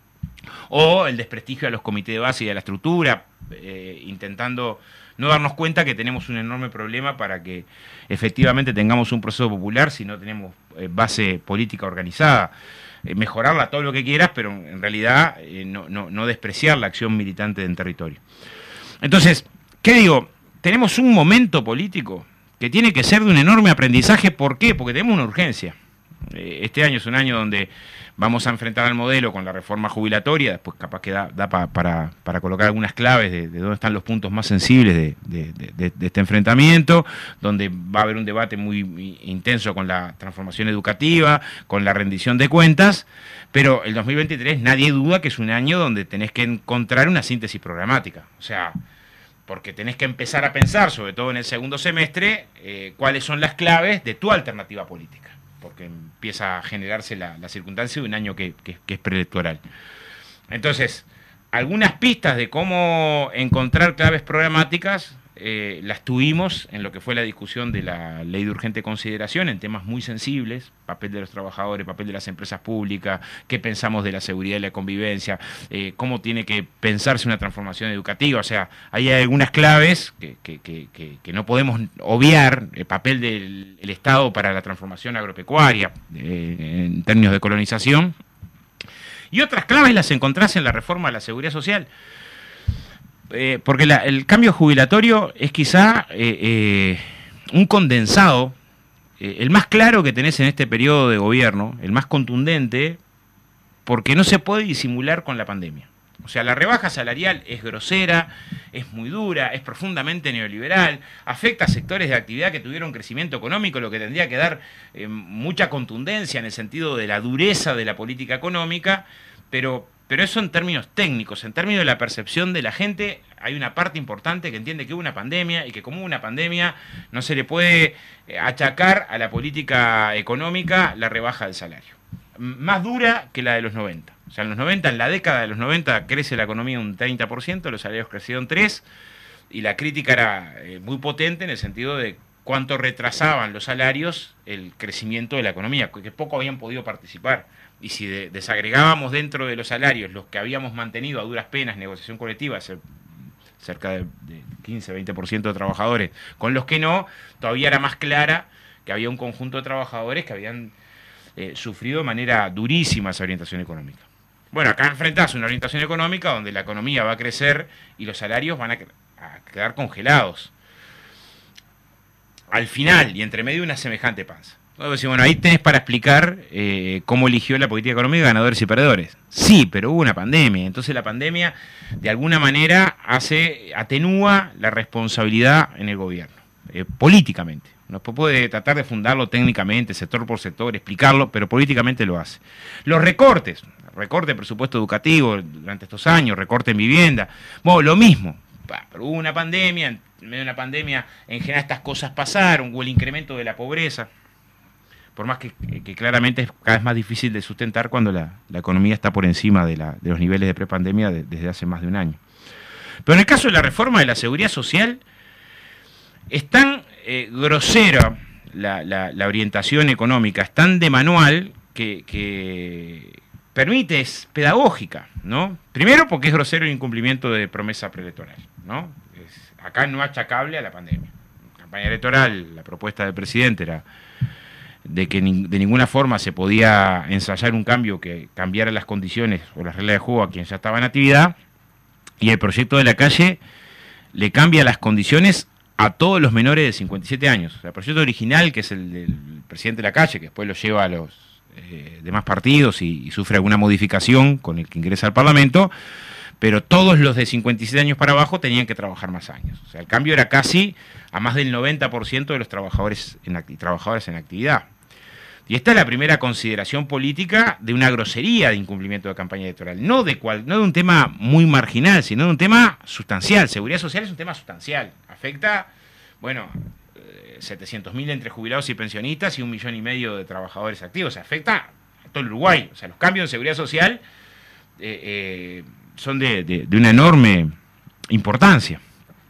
S4: o el desprestigio a los comités de base y a la estructura, eh, intentando no darnos cuenta que tenemos un enorme problema para que efectivamente tengamos un proceso popular si no tenemos eh, base política organizada. Eh, mejorarla todo lo que quieras, pero en realidad eh, no, no, no despreciar la acción militante en territorio. Entonces, ¿qué digo? Tenemos un momento político que tiene que ser de un enorme aprendizaje. ¿Por qué? Porque tenemos una urgencia. Eh, este año es un año donde vamos a enfrentar al modelo con la reforma jubilatoria, después capaz que da, da pa, para, para colocar algunas claves de, de dónde están los puntos más sensibles de, de, de, de este enfrentamiento, donde va a haber un debate muy intenso con la transformación educativa, con la rendición de cuentas, pero el dos mil veintitrés nadie duda que es un año donde tenés que encontrar una síntesis programática, o sea, porque tenés que empezar a pensar, sobre todo en el segundo semestre, eh, cuáles son las claves de tu alternativa política. porque empieza a generarse la, la circunstancia de un año que, que, que es preelectoral. Entonces, algunas pistas de cómo encontrar claves programáticas eh, las tuvimos en lo que fue la discusión de la ley de urgente consideración en temas muy sensibles, papel de los trabajadores, papel de las empresas públicas, qué pensamos de la seguridad y la convivencia, eh, cómo tiene que pensarse una transformación educativa. O sea, hay algunas claves que, que, que, que, que no podemos obviar, el papel del el Estado para la transformación agropecuaria eh, en términos de colonización. Y otras claves las encontrás en la reforma de la seguridad social. Eh, porque la, el cambio jubilatorio es quizá eh, eh, un condensado, eh, el más claro que tenés en este periodo de gobierno, el más contundente, porque no se puede disimular con la pandemia. O sea, la rebaja salarial es grosera, es muy dura, es profundamente neoliberal, afecta a sectores de actividad que tuvieron crecimiento económico, lo que tendría que dar eh, mucha contundencia en el sentido de la dureza de la política económica, pero, pero eso en términos técnicos, en términos de la percepción de la gente, hay una parte importante que entiende que hubo una pandemia y que como hubo una pandemia no se le puede achacar a la política económica la rebaja del salario. Más dura que la de los noventa. O sea, en los noventa, en la década de los noventa, crece la economía un treinta por ciento, los salarios crecieron tres por ciento, y la crítica era eh, muy potente en el sentido de cuánto retrasaban los salarios el crecimiento de la economía, que poco habían podido participar. Y si de, desagregábamos dentro de los salarios los que habíamos mantenido a duras penas, negociación colectiva, cerca de, de quince a veinte por ciento de trabajadores, con los que no, todavía era más clara que había un conjunto de trabajadores que habían eh, sufrido de manera durísima esa orientación económica. Bueno, acá enfrentás una orientación económica donde la economía va a crecer y los salarios van a, a quedar congelados. Al final, y entre medio, una semejante panza. Entonces, bueno, ahí tenés para explicar eh, cómo eligió la política económica ganadores y perdedores. Sí, pero hubo una pandemia. Entonces la pandemia, de alguna manera, hace atenúa la responsabilidad en el gobierno, eh, políticamente. No puede tratar de fundarlo técnicamente, sector por sector, explicarlo, pero políticamente lo hace. Los recortes, recorte de presupuesto educativo durante estos años, recorte en vivienda, bueno, lo mismo. Pero hubo una pandemia, en medio de una pandemia, en general estas cosas pasaron, hubo el incremento de la pobreza, por más que, que claramente es cada vez más difícil de sustentar cuando la, la economía está por encima de, la, de los niveles de prepandemia de, desde hace más de un año. Pero en el caso de la reforma de la seguridad social, es tan eh, grosera la, la, la orientación económica, es tan de manual que, que permite, es pedagógica, ¿no? Primero porque es grosero el incumplimiento de promesa preelectoral, ¿no? Es, acá no achacable a la pandemia. En la campaña electoral, la propuesta del presidente era de que ni, de ninguna forma se podía ensayar un cambio que cambiara las condiciones o las reglas de juego a quien ya estaba en actividad, y el proyecto de la calle le cambia las condiciones a todos los menores de cincuenta y siete años. O sea, el proyecto original, que es el del presidente de la calle, que después lo lleva a los eh, demás partidos y, y sufre alguna modificación con el que ingresa al Parlamento, pero todos los de cincuenta y siete años para abajo tenían que trabajar más años. O sea, el cambio era casi a más del noventa por ciento de los trabajadores en, trabajadores en actividad. Y esta es la primera consideración política de una grosería de incumplimiento de campaña electoral. No de, cual, no de un tema muy marginal, sino de un tema sustancial. Seguridad social es un tema sustancial. Afecta, bueno, setecientos mil entre jubilados y pensionistas y un millón y medio de trabajadores activos. Afecta a todo el Uruguay. O sea, los cambios en seguridad social eh, eh, son de, de, de una enorme importancia.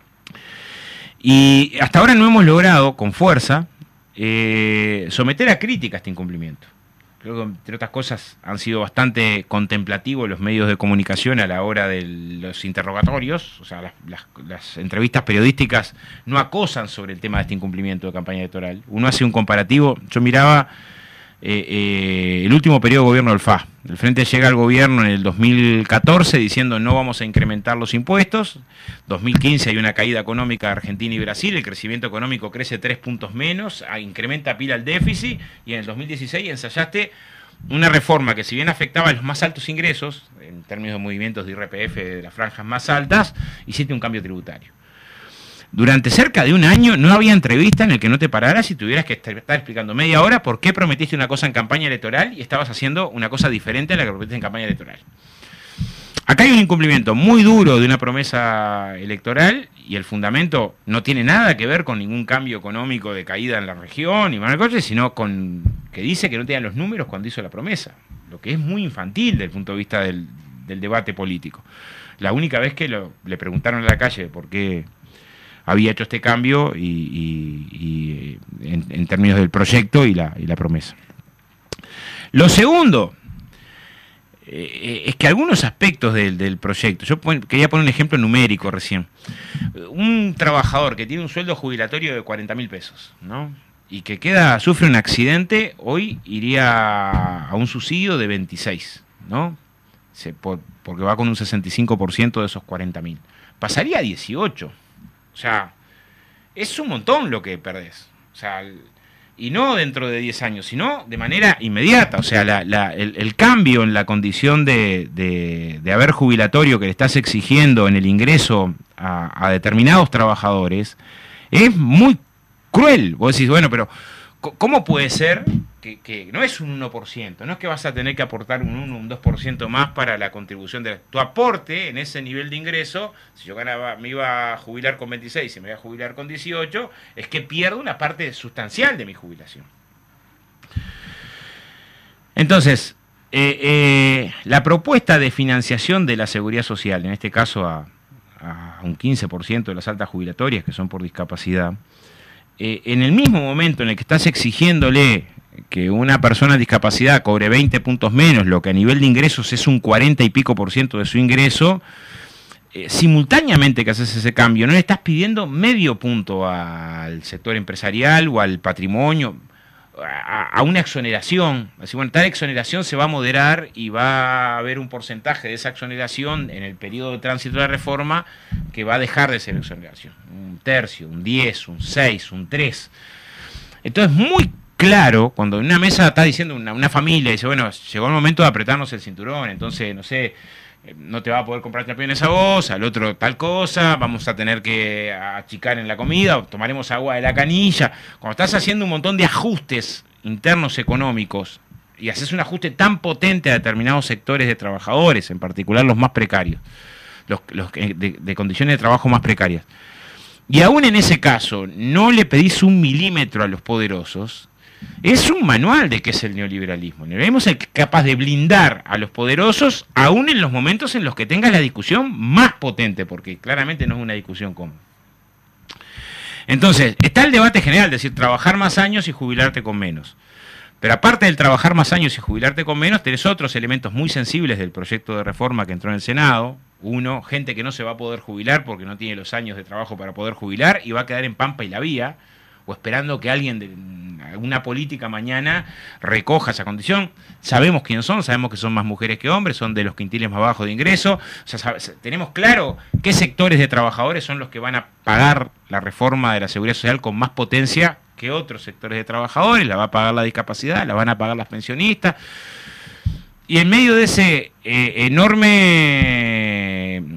S4: Y hasta ahora no hemos logrado, con fuerza, eh, someter a crítica este incumplimiento. Creo que, entre otras cosas, han sido bastante contemplativos los medios de comunicación a la hora de los interrogatorios. O sea, las, las, las entrevistas periodísticas no acosan sobre el tema de este incumplimiento de campaña electoral. Uno hace un comparativo. Yo miraba eh, eh, el último periodo de gobierno del F A. El Frente llega al gobierno en el dos mil catorce diciendo no vamos a incrementar los impuestos. dos mil quince hay una caída económica de Argentina y Brasil, el crecimiento económico crece tres puntos menos, incrementa pila el déficit, y en el dos mil dieciséis ensayaste una reforma que, si bien afectaba a los más altos ingresos, en términos de movimientos de I R P F de las franjas más altas, hiciste un cambio tributario. Durante cerca de un año no había entrevista en el que no te pararas y tuvieras que estar explicando media hora por qué prometiste una cosa en campaña electoral y estabas haciendo una cosa diferente a la que prometiste en campaña electoral. Acá hay un incumplimiento muy duro de una promesa electoral y el fundamento no tiene nada que ver con ningún cambio económico de caída en la región, y cosas, sino con que dice que no tenían los números cuando hizo la promesa, lo que es muy infantil desde el punto de vista del, del debate político. La única vez que lo, le preguntaron en la calle por qué había hecho este cambio y, y, y en, en términos del proyecto y la, y la promesa. Lo segundo eh, es que algunos aspectos del, del proyecto, yo pon, quería poner un ejemplo numérico recién. Un trabajador que tiene un sueldo jubilatorio de cuarenta mil pesos, ¿no? Y que queda, sufre un accidente, hoy iría a un subsidio de veintiséis, ¿no? Se, por, porque va con un sesenta y cinco por ciento de esos cuarenta mil. Pasaría a dieciocho. O sea, es un montón lo que perdés. O sea, y no dentro de diez años, sino de manera inmediata. O sea, la, la, el, el cambio en la condición de, de, de haber jubilatorio que le estás exigiendo en el ingreso a, a determinados trabajadores es muy cruel. Vos decís, bueno, pero ¿cómo puede ser que, que no es un uno por ciento? No es que vas a tener que aportar un uno, un dos por ciento más para la contribución de tu aporte en ese nivel de ingreso. Si yo ganaba, me iba a jubilar con veintiséis y me voy a jubilar con dieciocho, es que pierdo una parte sustancial de mi jubilación. Entonces, eh, eh, la propuesta de financiación de la seguridad social, en este caso a, a un quince por ciento de las altas jubilatorias que son por discapacidad, eh, en el mismo momento en el que estás exigiéndole que una persona con discapacidad cobre veinte puntos menos, lo que a nivel de ingresos es un cuarenta y pico por ciento de su ingreso, eh, simultáneamente que haces ese cambio, no le estás pidiendo medio punto al sector empresarial o al patrimonio, a, a una exoneración. Así, bueno, tal exoneración se va a moderar y va a haber un porcentaje de esa exoneración en el periodo de tránsito de la reforma que va a dejar de ser exoneración. Un tercio, un diez, un seis, un tres. Entonces, muy claro, cuando en una mesa está diciendo una, una familia, dice, bueno, llegó el momento de apretarnos el cinturón, entonces, no sé, no te va a poder comprar campeones a vos, al otro tal cosa, vamos a tener que achicar en la comida, tomaremos agua de la canilla. Cuando estás haciendo un montón de ajustes internos económicos y haces un ajuste tan potente a determinados sectores de trabajadores, en particular los más precarios, los, los de, de condiciones de trabajo más precarias, y aún en ese caso no le pedís un milímetro a los poderosos, es un manual de qué es el neoliberalismo. El neoliberalismo es capaz de blindar a los poderosos aún en los momentos en los que tengas la discusión más potente, porque claramente no es una discusión común. Entonces, está el debate general, es decir, trabajar más años y jubilarte con menos. Pero aparte del trabajar más años y jubilarte con menos, tenés otros elementos muy sensibles del proyecto de reforma que entró en el Senado. Uno, gente que no se va a poder jubilar porque no tiene los años de trabajo para poder jubilar y va a quedar en Pampa y la Vía, o esperando que alguien de alguna política mañana recoja esa condición. Sabemos quiénes son, sabemos que son más mujeres que hombres, son de los quintiles más bajos de ingreso. O sea, tenemos claro qué sectores de trabajadores son los que van a pagar la reforma de la seguridad social con más potencia que otros sectores de trabajadores. La va a pagar la discapacidad, la van a pagar las pensionistas. Y en medio de ese eh, enorme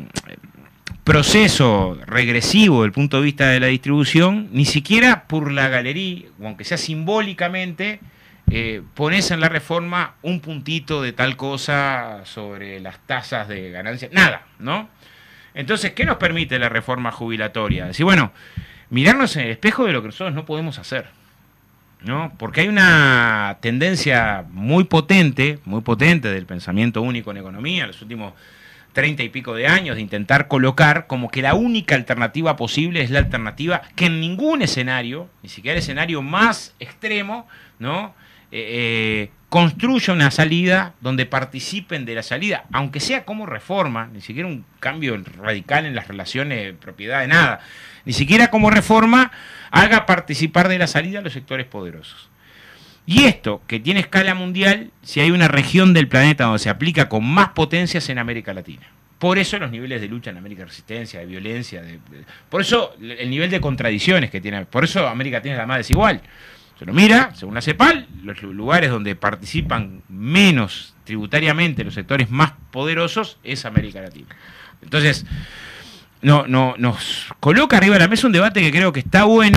S4: proceso regresivo desde el punto de vista de la distribución, ni siquiera por la galería, o aunque sea simbólicamente, eh, pones en la reforma un puntito de tal cosa sobre las tasas de ganancia, nada, ¿no? Entonces, ¿qué nos permite la reforma jubilatoria? Decir, bueno, mirarnos en el espejo de lo que nosotros no podemos hacer, ¿no? Porque hay una tendencia muy potente, muy potente del pensamiento único en economía, en los últimos treinta y pico de años, de intentar colocar como que la única alternativa posible es la alternativa que en ningún escenario, ni siquiera el escenario más extremo, ¿no? Eh, eh, construya una salida donde participen de la salida, aunque sea como reforma, ni siquiera un cambio radical en las relaciones de propiedad de nada, ni siquiera como reforma haga participar de la salida a los sectores poderosos. Y esto, que tiene escala mundial, si hay una región del planeta donde se aplica con más potencias en América Latina. Por eso los niveles de lucha en América de resistencia, de violencia, de, de, por eso el nivel de contradicciones que tiene, por eso América Latina es la más desigual. Se lo mira, según la CEPAL, los lugares donde participan menos tributariamente los sectores más poderosos es América Latina. Entonces, no, no, nos coloca arriba de la mesa un debate que creo que está bueno,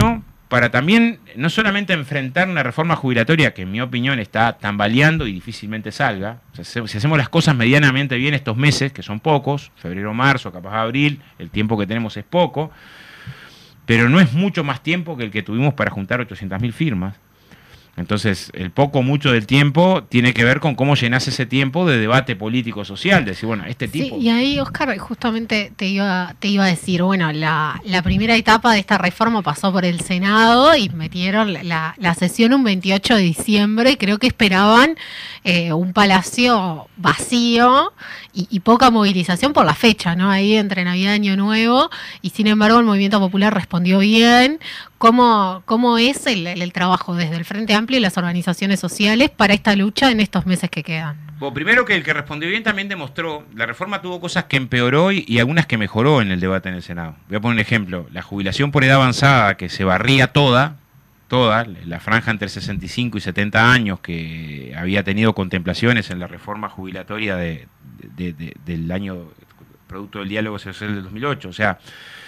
S4: para también, no solamente enfrentar una reforma jubilatoria que en mi opinión está tambaleando y difícilmente salga. O sea, si hacemos las cosas medianamente bien estos meses, que son pocos, febrero, marzo, capaz abril, el tiempo que tenemos es poco, pero no es mucho más tiempo que el que tuvimos para juntar ochocientas mil firmas. Entonces, el poco mucho del tiempo tiene que ver con cómo llenás ese tiempo de debate político-social, de decir, bueno, este tipo...
S1: Sí, y ahí, Oscar, justamente te iba, te iba a decir, bueno, la, la primera etapa de esta reforma pasó por el Senado y metieron la, la sesión un veintiocho de diciembre, y creo que esperaban eh, un palacio vacío y, y poca movilización por la fecha, ¿no? Ahí entre Navidad y Año Nuevo, y sin embargo el Movimiento Popular respondió bien. ¿Cómo, cómo es el, el trabajo desde el Frente Amplio y las organizaciones sociales para esta lucha en estos meses que quedan?
S4: Bueno, primero que el que respondió bien también demostró, la reforma tuvo cosas que empeoró y, y algunas que mejoró en el debate en el Senado. Voy a poner un ejemplo, la jubilación por edad avanzada que se barría toda, toda, la franja entre sesenta y cinco y setenta años que había tenido contemplaciones en la reforma jubilatoria de, de, de, del año producto del diálogo social del dos mil ocho, o sea...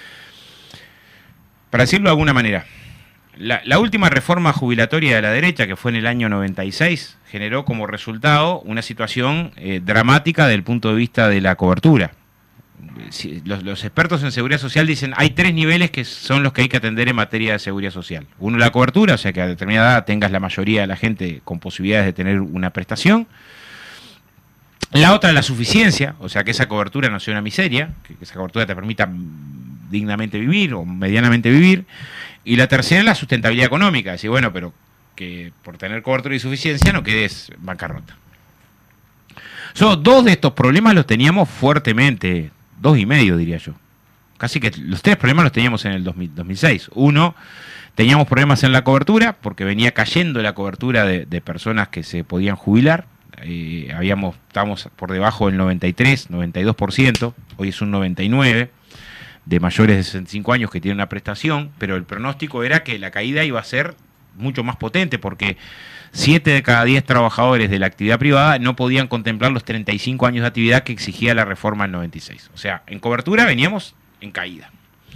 S4: Para decirlo de alguna manera, la, la última reforma jubilatoria de la derecha, que fue en el año noventa y seis, generó como resultado una situación eh, dramática desde el punto de vista de la cobertura. Si, los, los expertos en seguridad social dicen hay tres niveles que son los que hay que atender en materia de seguridad social. Uno, la cobertura, o sea que a determinada edad tengas la mayoría de la gente con posibilidades de tener una prestación. La otra, la suficiencia, o sea que esa cobertura no sea una miseria, que, que esa cobertura te permita dignamente vivir o medianamente vivir. Y la tercera es la sustentabilidad económica, decir, bueno, pero que por tener cobertura y suficiencia no quedes bancarrota. So, dos de estos problemas los teníamos fuertemente, dos y medio diría yo. Casi que los tres problemas los teníamos en el dos mil, dos mil seis. Uno, teníamos problemas en la cobertura, porque venía cayendo la cobertura de, de personas que se podían jubilar. Eh, habíamos, estábamos por debajo del noventa y tres, noventa y dos por ciento, hoy es un noventa y nueve por ciento de mayores de sesenta y cinco años que tienen una prestación, pero el pronóstico era que la caída iba a ser mucho más potente, porque siete de cada diez trabajadores de la actividad privada no podían contemplar los treinta y cinco años de actividad que exigía la reforma del noventa y seis. O sea, en cobertura veníamos en caída.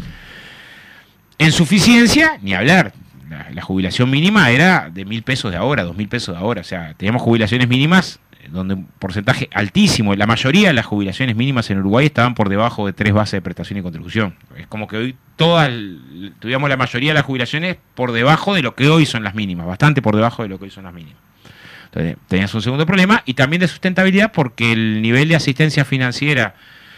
S4: En suficiencia, ni hablar. La, la jubilación mínima era de mil pesos de ahora, dos mil pesos de ahora. O sea, teníamos jubilaciones mínimas donde un porcentaje altísimo, la mayoría de las jubilaciones mínimas en Uruguay estaban por debajo de tres bases de prestación y contribución. Es como que hoy todas, tuviéramos la mayoría de las jubilaciones por debajo de lo que hoy son las mínimas, bastante por debajo de lo que hoy son las mínimas. Entonces, tenías un segundo problema, y también de sustentabilidad, porque el nivel de asistencia financiera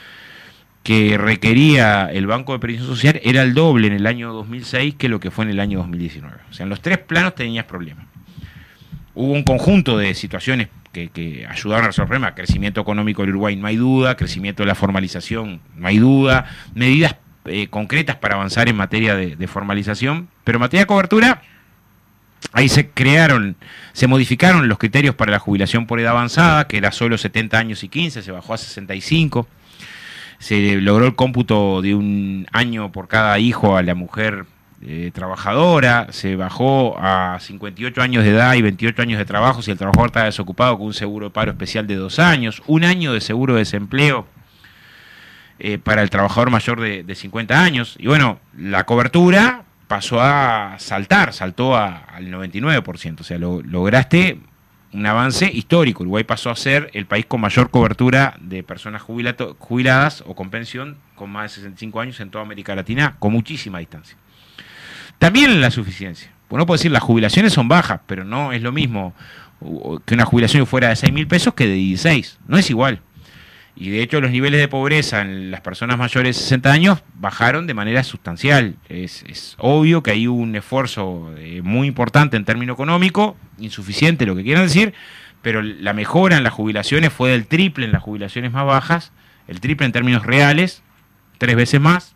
S4: que requería el Banco de Previsión Social era el doble en el año dos mil seis que lo que fue en el año dos mil diecinueve. O sea, en los tres planos tenías problemas. Hubo un conjunto de situaciones que, que ayudaron a resolver el problema. Crecimiento económico del Uruguay, no hay duda. Crecimiento de la formalización, no hay duda. Medidas eh, concretas para avanzar en materia de, de formalización. Pero en materia de cobertura, ahí se crearon, se modificaron los criterios para la jubilación por edad avanzada, que era solo setenta años y quince, se bajó a sesenta y cinco. Se logró el cómputo de un año por cada hijo a la mujer eh, trabajadora, se bajó a cincuenta y ocho años de edad y veintiocho años de trabajo si el trabajador está desocupado, con un seguro de paro especial de dos años, un año de seguro de desempleo eh, para el trabajador mayor de, de cincuenta años. Y bueno, la cobertura pasó a saltar, saltó a, al noventa y nueve por ciento, o sea, lo, lograste un avance histórico. Uruguay pasó a ser el país con mayor cobertura de personas jubilato, jubiladas o con pensión con más de sesenta y cinco años en toda América Latina, con muchísima distancia. También en la suficiencia. Pues no puedo decir, las jubilaciones son bajas, pero no es lo mismo que una jubilación fuera de seis mil pesos que de dieciséis. No es igual. Y de hecho los niveles de pobreza en las personas mayores de sesenta años bajaron de manera sustancial. Es, es obvio que hay un esfuerzo eh, muy importante en términos económicos, insuficiente lo que quieran decir, pero la mejora en las jubilaciones fue del triple en las jubilaciones más bajas, el triple en términos reales, tres veces más.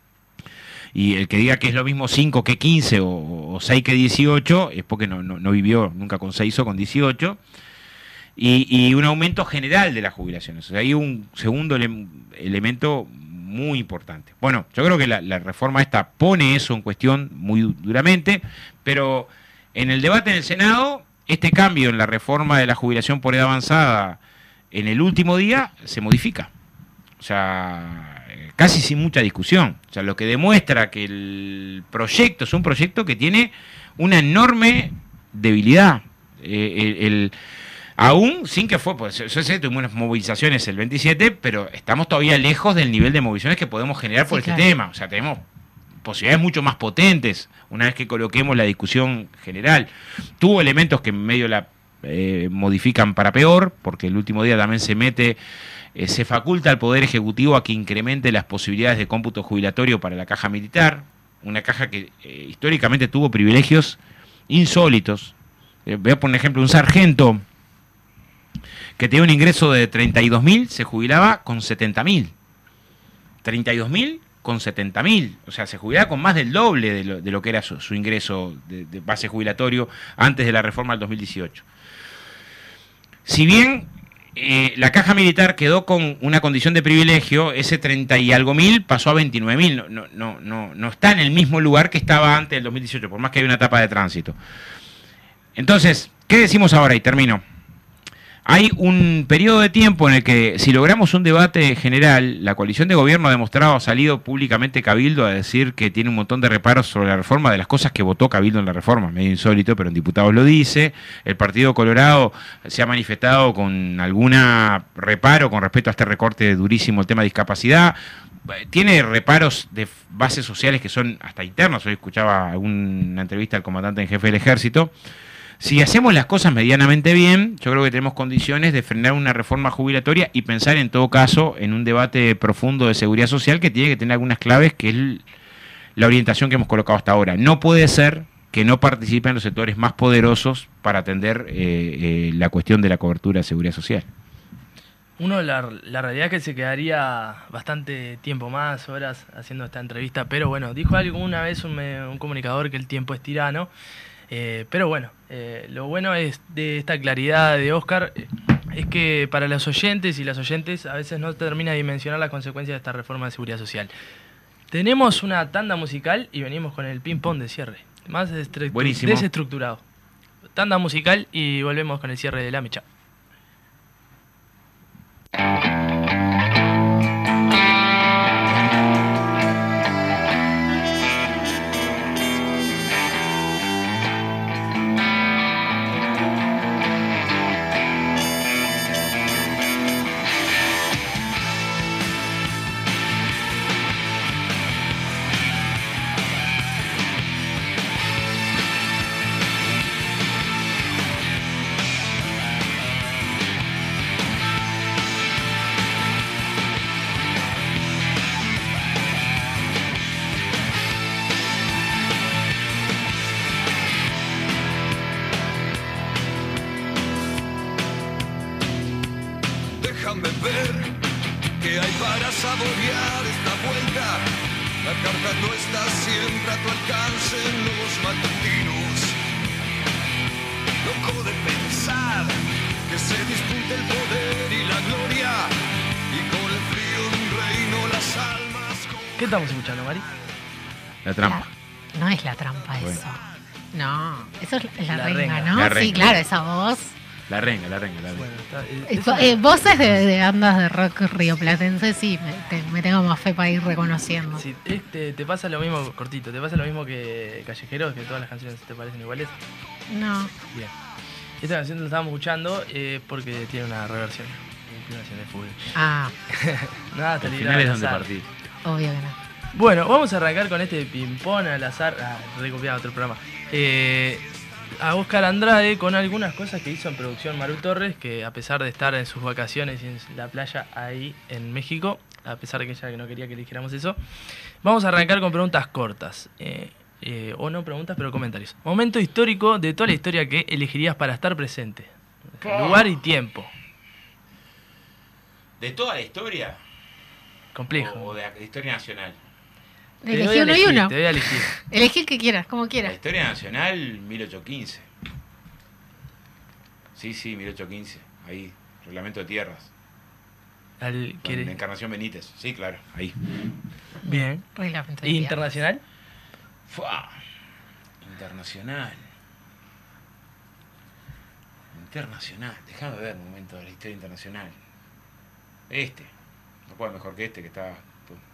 S4: Y el que diga que es lo mismo cinco que quince o, o seis que dieciocho es porque no, no, no vivió nunca con seis o con dieciocho. Y, y un aumento general de las jubilaciones. O sea, hay un segundo ele elemento muy importante. Bueno, yo creo que la, la reforma esta pone eso en cuestión muy duramente, pero en el debate en el Senado, este cambio en la reforma de la jubilación por edad avanzada en el último día se modifica. O sea, eh, casi sin mucha discusión. O sea, lo que demuestra que el proyecto es un proyecto que tiene una enorme debilidad. Eh, el, el, aún sin que fue, pues yo sé, tuvimos unas movilizaciones el veintisiete, pero estamos todavía lejos del nivel de movilizaciones que podemos generar por sí, este claro. tema. O sea, tenemos posibilidades mucho más potentes una vez que coloquemos la discusión general. Tuvo elementos que en medio la eh, modifican para peor, porque el último día también se mete, eh, se faculta al Poder Ejecutivo a que incremente las posibilidades de cómputo jubilatorio para la caja militar, una caja que eh, históricamente tuvo privilegios insólitos. Eh, voy a poner ejemplo, un sargento que tenía un ingreso de treinta y dos mil, se jubilaba con setenta mil. treinta y dos mil con setenta mil. O sea, se jubilaba con más del doble de lo, de lo que era su, su ingreso de, de base jubilatorio antes de la reforma del dos mil dieciocho. Si bien eh, la caja militar quedó con una condición de privilegio, ese treinta y algo mil pasó a veintinueve mil. No, no, no, no, no está en el mismo lugar que estaba antes del dos mil dieciocho, por más que haya una etapa de tránsito. Entonces, ¿qué decimos ahora? Y termino. Hay un periodo de tiempo en el que, si logramos un debate general, la coalición de gobierno ha demostrado, ha salido públicamente Cabildo a decir que tiene un montón de reparos sobre la reforma, de las cosas que votó Cabildo en la reforma, medio insólito, pero en diputados lo dice. El Partido Colorado se ha manifestado con alguna reparo con respecto a este recorte durísimo, el tema de discapacidad. Tiene reparos de bases sociales que son hasta internos. Hoy escuchaba una entrevista al comandante en jefe del ejército. Si hacemos las cosas medianamente bien, yo creo que tenemos condiciones de frenar una reforma jubilatoria y pensar en todo caso en un debate profundo de seguridad social que tiene que tener algunas claves, que es la orientación que hemos colocado hasta ahora. No puede ser que no participen los sectores más poderosos para atender eh, eh, la cuestión de la cobertura de seguridad social.
S2: Uno, la, la realidad es que se quedaría bastante tiempo más, horas, haciendo esta entrevista, pero bueno, dijo algo una vez un, un comunicador que el tiempo es tirano. Eh, pero bueno, eh, lo bueno es de esta claridad de Oscar eh, es que para los oyentes y las oyentes a veces no termina de dimensionar las consecuencias de esta reforma de seguridad social. Tenemos una tanda musical y venimos con el ping-pong de cierre, más desestructurado. Tanda musical y volvemos con el cierre de la mecha.
S6: Déjame ver qué hay para saborear esta vuelta. La carta no está siempre a tu alcance en los matutinos. Loco de pensar que se dispute el poder y la gloria, y con el frío de un reino las almas.
S2: ¿Qué estamos escuchando, Mari?
S4: La trampa.
S1: La, no es la trampa
S4: bueno.
S1: eso. No, eso es la,
S2: La
S1: renga,
S2: renga.
S1: ¿no?
S4: La
S1: Sí,
S4: renga.
S1: claro, esa voz.
S4: La renga, la renga, la renga.
S2: Bueno, está, eh,
S1: Eso,
S2: eso-
S1: eh, voces de, de bandas de rock rioplatense, sí, me, te- me tengo más fe para ir reconociendo.
S2: si este, te pasa lo mismo, cortito, te pasa lo mismo que Callejeros, que todas las canciones te parecen iguales.
S1: No,
S2: Bien. Esta canción la estábamos escuchando eh, porque tiene una reversión, una inclinación de fútbol.
S1: ah,
S2: Nada,
S4: Al
S2: te
S4: final es donde partí.
S1: obvio que no.
S2: Bueno, vamos a arrancar con este ping-pong al azar. Ah, recopiado otro programa. Eh, a Oscar Andrade con algunas cosas que hizo en producción Maru Torres, que a pesar de estar en sus vacaciones en la playa ahí en México, a pesar de que ella no quería que eligiéramos eso, vamos a arrancar con preguntas cortas. Eh, eh, o no preguntas, pero comentarios. Momento histórico de toda la historia que elegirías para estar presente. Lugar y tiempo.
S4: ¿De toda la historia?
S2: Complejo.
S4: ¿O de la historia nacional?
S2: Te doy
S1: Elegí
S2: a
S1: uno y
S2: elegir,
S1: uno.
S2: Te voy a elegir.
S1: Elegí el que quieras, como
S4: La
S1: quieras.
S4: historia nacional, mil ochocientos quince. Sí, sí, mil ochocientos quince. Ahí, reglamento de tierras.
S2: Al,
S4: Con
S2: ¿quiere?
S4: la Encarnación Benítez. Sí, claro, ahí.
S2: Bien.
S1: Reglamento de
S2: ¿Y
S1: tierras.
S2: internacional?
S4: Fua. Internacional. Internacional. Déjame ver un momento de la historia internacional. Este. No puedo mejor que este que está.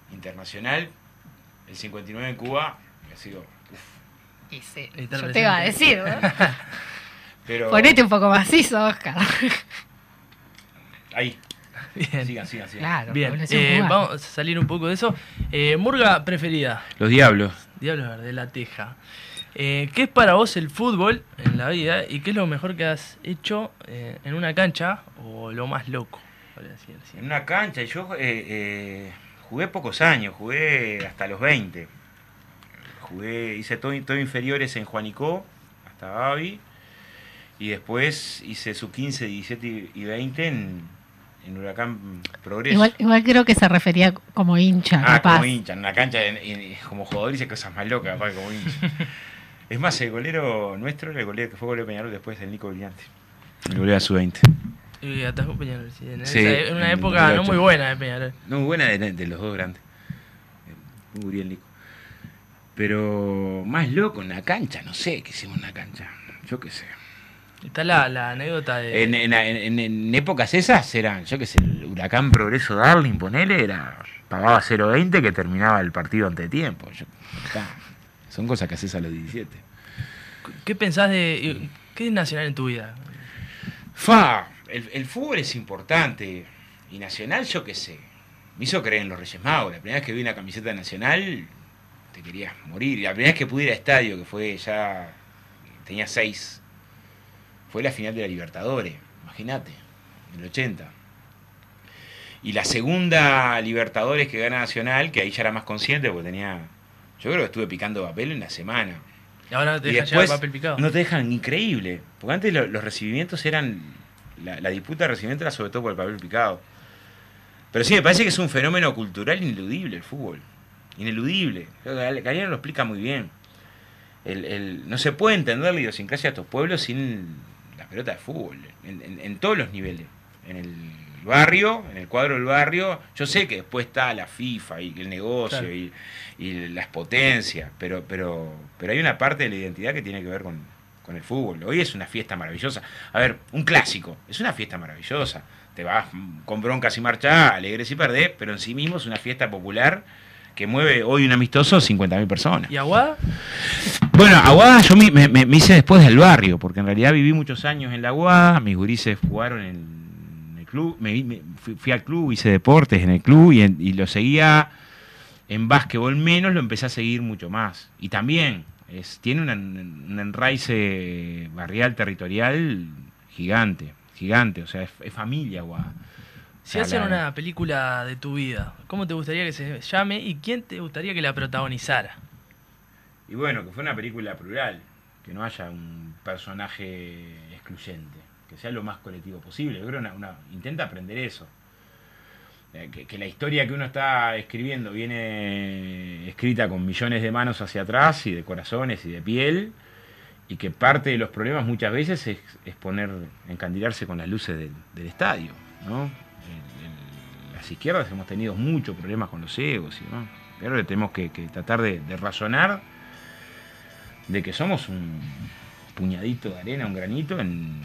S4: internacional, el cincuenta y nueve en Cuba ha sido... Uf.
S1: Y sí,
S2: Y
S1: yo
S2: tal vez
S1: te iba a
S2: sí.
S1: decir, ¿no?
S4: Pero
S1: Ponete un poco macizo, Oscar.
S4: ahí,
S2: Bien.
S4: sigan, sigan, sigan.
S1: Claro,
S2: Bien,
S1: población
S2: eh,
S1: cubana.
S2: vamos a salir un poco de eso. Eh, Murga preferida,
S4: Los Diablos.
S2: Diablos Verdes, La Teja. Eh, ¿Qué es para vos el fútbol en la vida y qué es lo mejor que has hecho eh, en una cancha o lo más loco? Podría decir así.
S4: En una cancha, y yo eh, eh, jugué pocos años, jugué hasta los veinte. Jugué, hice todo, todo inferiores en Juanicó, hasta Babi, y después hice sub quince, diecisiete y veinte en, en Huracán Progreso.
S1: Igual, igual creo que se refería como hincha,
S4: Ah,
S1: capaz.
S4: como hincha, en una cancha, en- en- como jugador hice cosas más locas, capaz que como hincha. Es más, el golero nuestro era el golero que fue golero de Peñarol después del Nico Brillante. El golero de sub veinte.
S2: Y atajó Peñarol, sí, en,
S4: Sí,
S2: esa- en una
S4: en
S2: época
S4: dos mil
S2: no
S4: ocho.
S2: muy buena de Peñarol.
S4: No, muy buena de, de los dos grandes. Eh, Muy bien, Nico. Pero más loco en la cancha, no sé qué hicimos en la cancha. Yo qué sé.
S2: Está la, la anécdota de...
S4: En, en, en- en épocas esas eran, yo qué sé, el Huracán Progreso Darling, ponele, era pagaba cero veinte que terminaba el partido antes de tiempo. Yo- está. Son cosas que haces a los diecisiete.
S2: ¿Qué pensás de... ¿Qué es Nacional en tu vida?
S4: Fa, el, el fútbol es importante. Y Nacional, yo qué sé. Me hizo creer en los Reyes Magos. La primera vez que vi una camiseta de Nacional, te querías morir. La primera vez que pude ir a estadio, que fue ya. Tenía seis. Fue la final de la Libertadores. Imagínate, en el ochenta. Y la segunda Libertadores que gana Nacional, que ahí ya era más consciente, porque tenía. Yo creo que estuve picando papel en la semana.
S2: Y ahora no te
S4: Y
S2: dejan
S4: después
S2: llevar papel picado.
S4: no te dejan increíble. Porque antes lo- los recibimientos eran. La, la disputa de recibimiento era sobre todo por el papel picado. Pero sí, me parece que es un fenómeno cultural ineludible el fútbol. Ineludible. Galeano lo explica muy bien. El, el- no se puede entender la idiosincrasia de estos pueblos sin la pelota de fútbol. En, en- en todos los niveles. En el barrio, en el cuadro del barrio. Yo sé que después está la FIFA y el negocio
S2: Claro.
S4: y, y las potencias. Pero, pero, pero hay una parte de la identidad que tiene que ver con, con el fútbol. Hoy es una fiesta maravillosa. A ver, un clásico. Es una fiesta maravillosa. Te vas con broncas y marchás, alegres y perdés, pero en sí mismo es una fiesta popular que mueve hoy un amistoso cincuenta mil personas.
S2: ¿Y Aguada?
S4: Bueno, Aguada yo me, me- me hice después del barrio, porque en realidad viví muchos años en la Aguada, mis gurises jugaron en el club, me, me- fui, fui al club, hice deportes en el club y, en- y lo seguía en básquetbol menos, lo empecé a seguir mucho más. Y también es, tiene un, en- un enraice barrial territorial gigante, gigante, o sea, es, es familia Aguada. O
S2: Si
S4: sea,
S2: hacen
S4: la-
S2: una película de tu vida, ¿cómo te gustaría que se llame y quién te gustaría que la protagonizara?
S4: Y bueno, que fue una película plural, que no haya un personaje excluyente, que sea lo más colectivo posible. Yo creo que una, una- intenta aprender eso. Eh, Que, que la historia que uno está escribiendo viene escrita con millones de manos hacia atrás y de corazones y de piel, y que parte de los problemas muchas veces es, es poner, encandilarse con las luces del, del estadio, ¿no? El- el- las izquierdas hemos tenido muchos problemas con los egos, ¿no? Pero tenemos que, que tratar de, de razonar de que somos un puñadito de arena, un granito en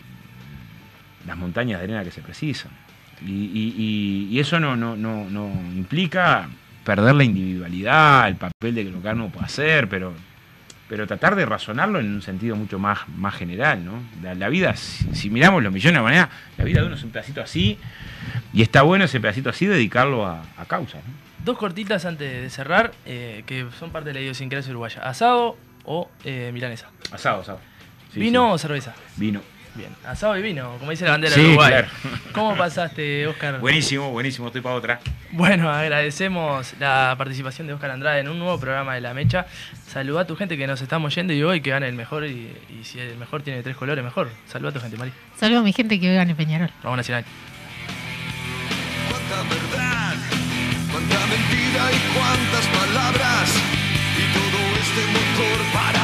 S4: las montañas de arena que se precisan. Y, y- y- y eso no, no, no, no implica perder la individualidad, el papel de lo que uno puede hacer, pero, pero tratar de razonarlo en un sentido mucho más, más general, ¿no? La, la vida, si, si miramos los millones de maneras, la vida de uno es un pedacito así, y está bueno ese pedacito así dedicarlo a, a causas, ¿no?
S2: Dos cortitas antes de cerrar, eh, que son parte de la idiosincrasia uruguaya. ¿Asado o eh, milanesa?
S4: Asado, asado. Sí,
S2: ¿Vino
S4: sí.
S2: o cerveza?
S4: Vino.
S2: Bien, asado y vino, como dice la bandera
S4: Sí,
S2: de Uruguay.
S4: claro.
S2: ¿Cómo pasaste, Oscar?
S4: Buenísimo, buenísimo, estoy para otra.
S2: Bueno, agradecemos la participación de Oscar Andrade en un nuevo programa de La Mecha. Saluda a tu gente que nos estamos yendo y hoy que gane el mejor, y, y si el mejor tiene tres colores, mejor. Saluda a tu gente, Mari.
S1: Saludos a mi gente que hoy gane Peñarol.
S2: Vamos Nacional.
S6: Cuánta verdad, cuánta mentira y cuántas palabras y todo este motor para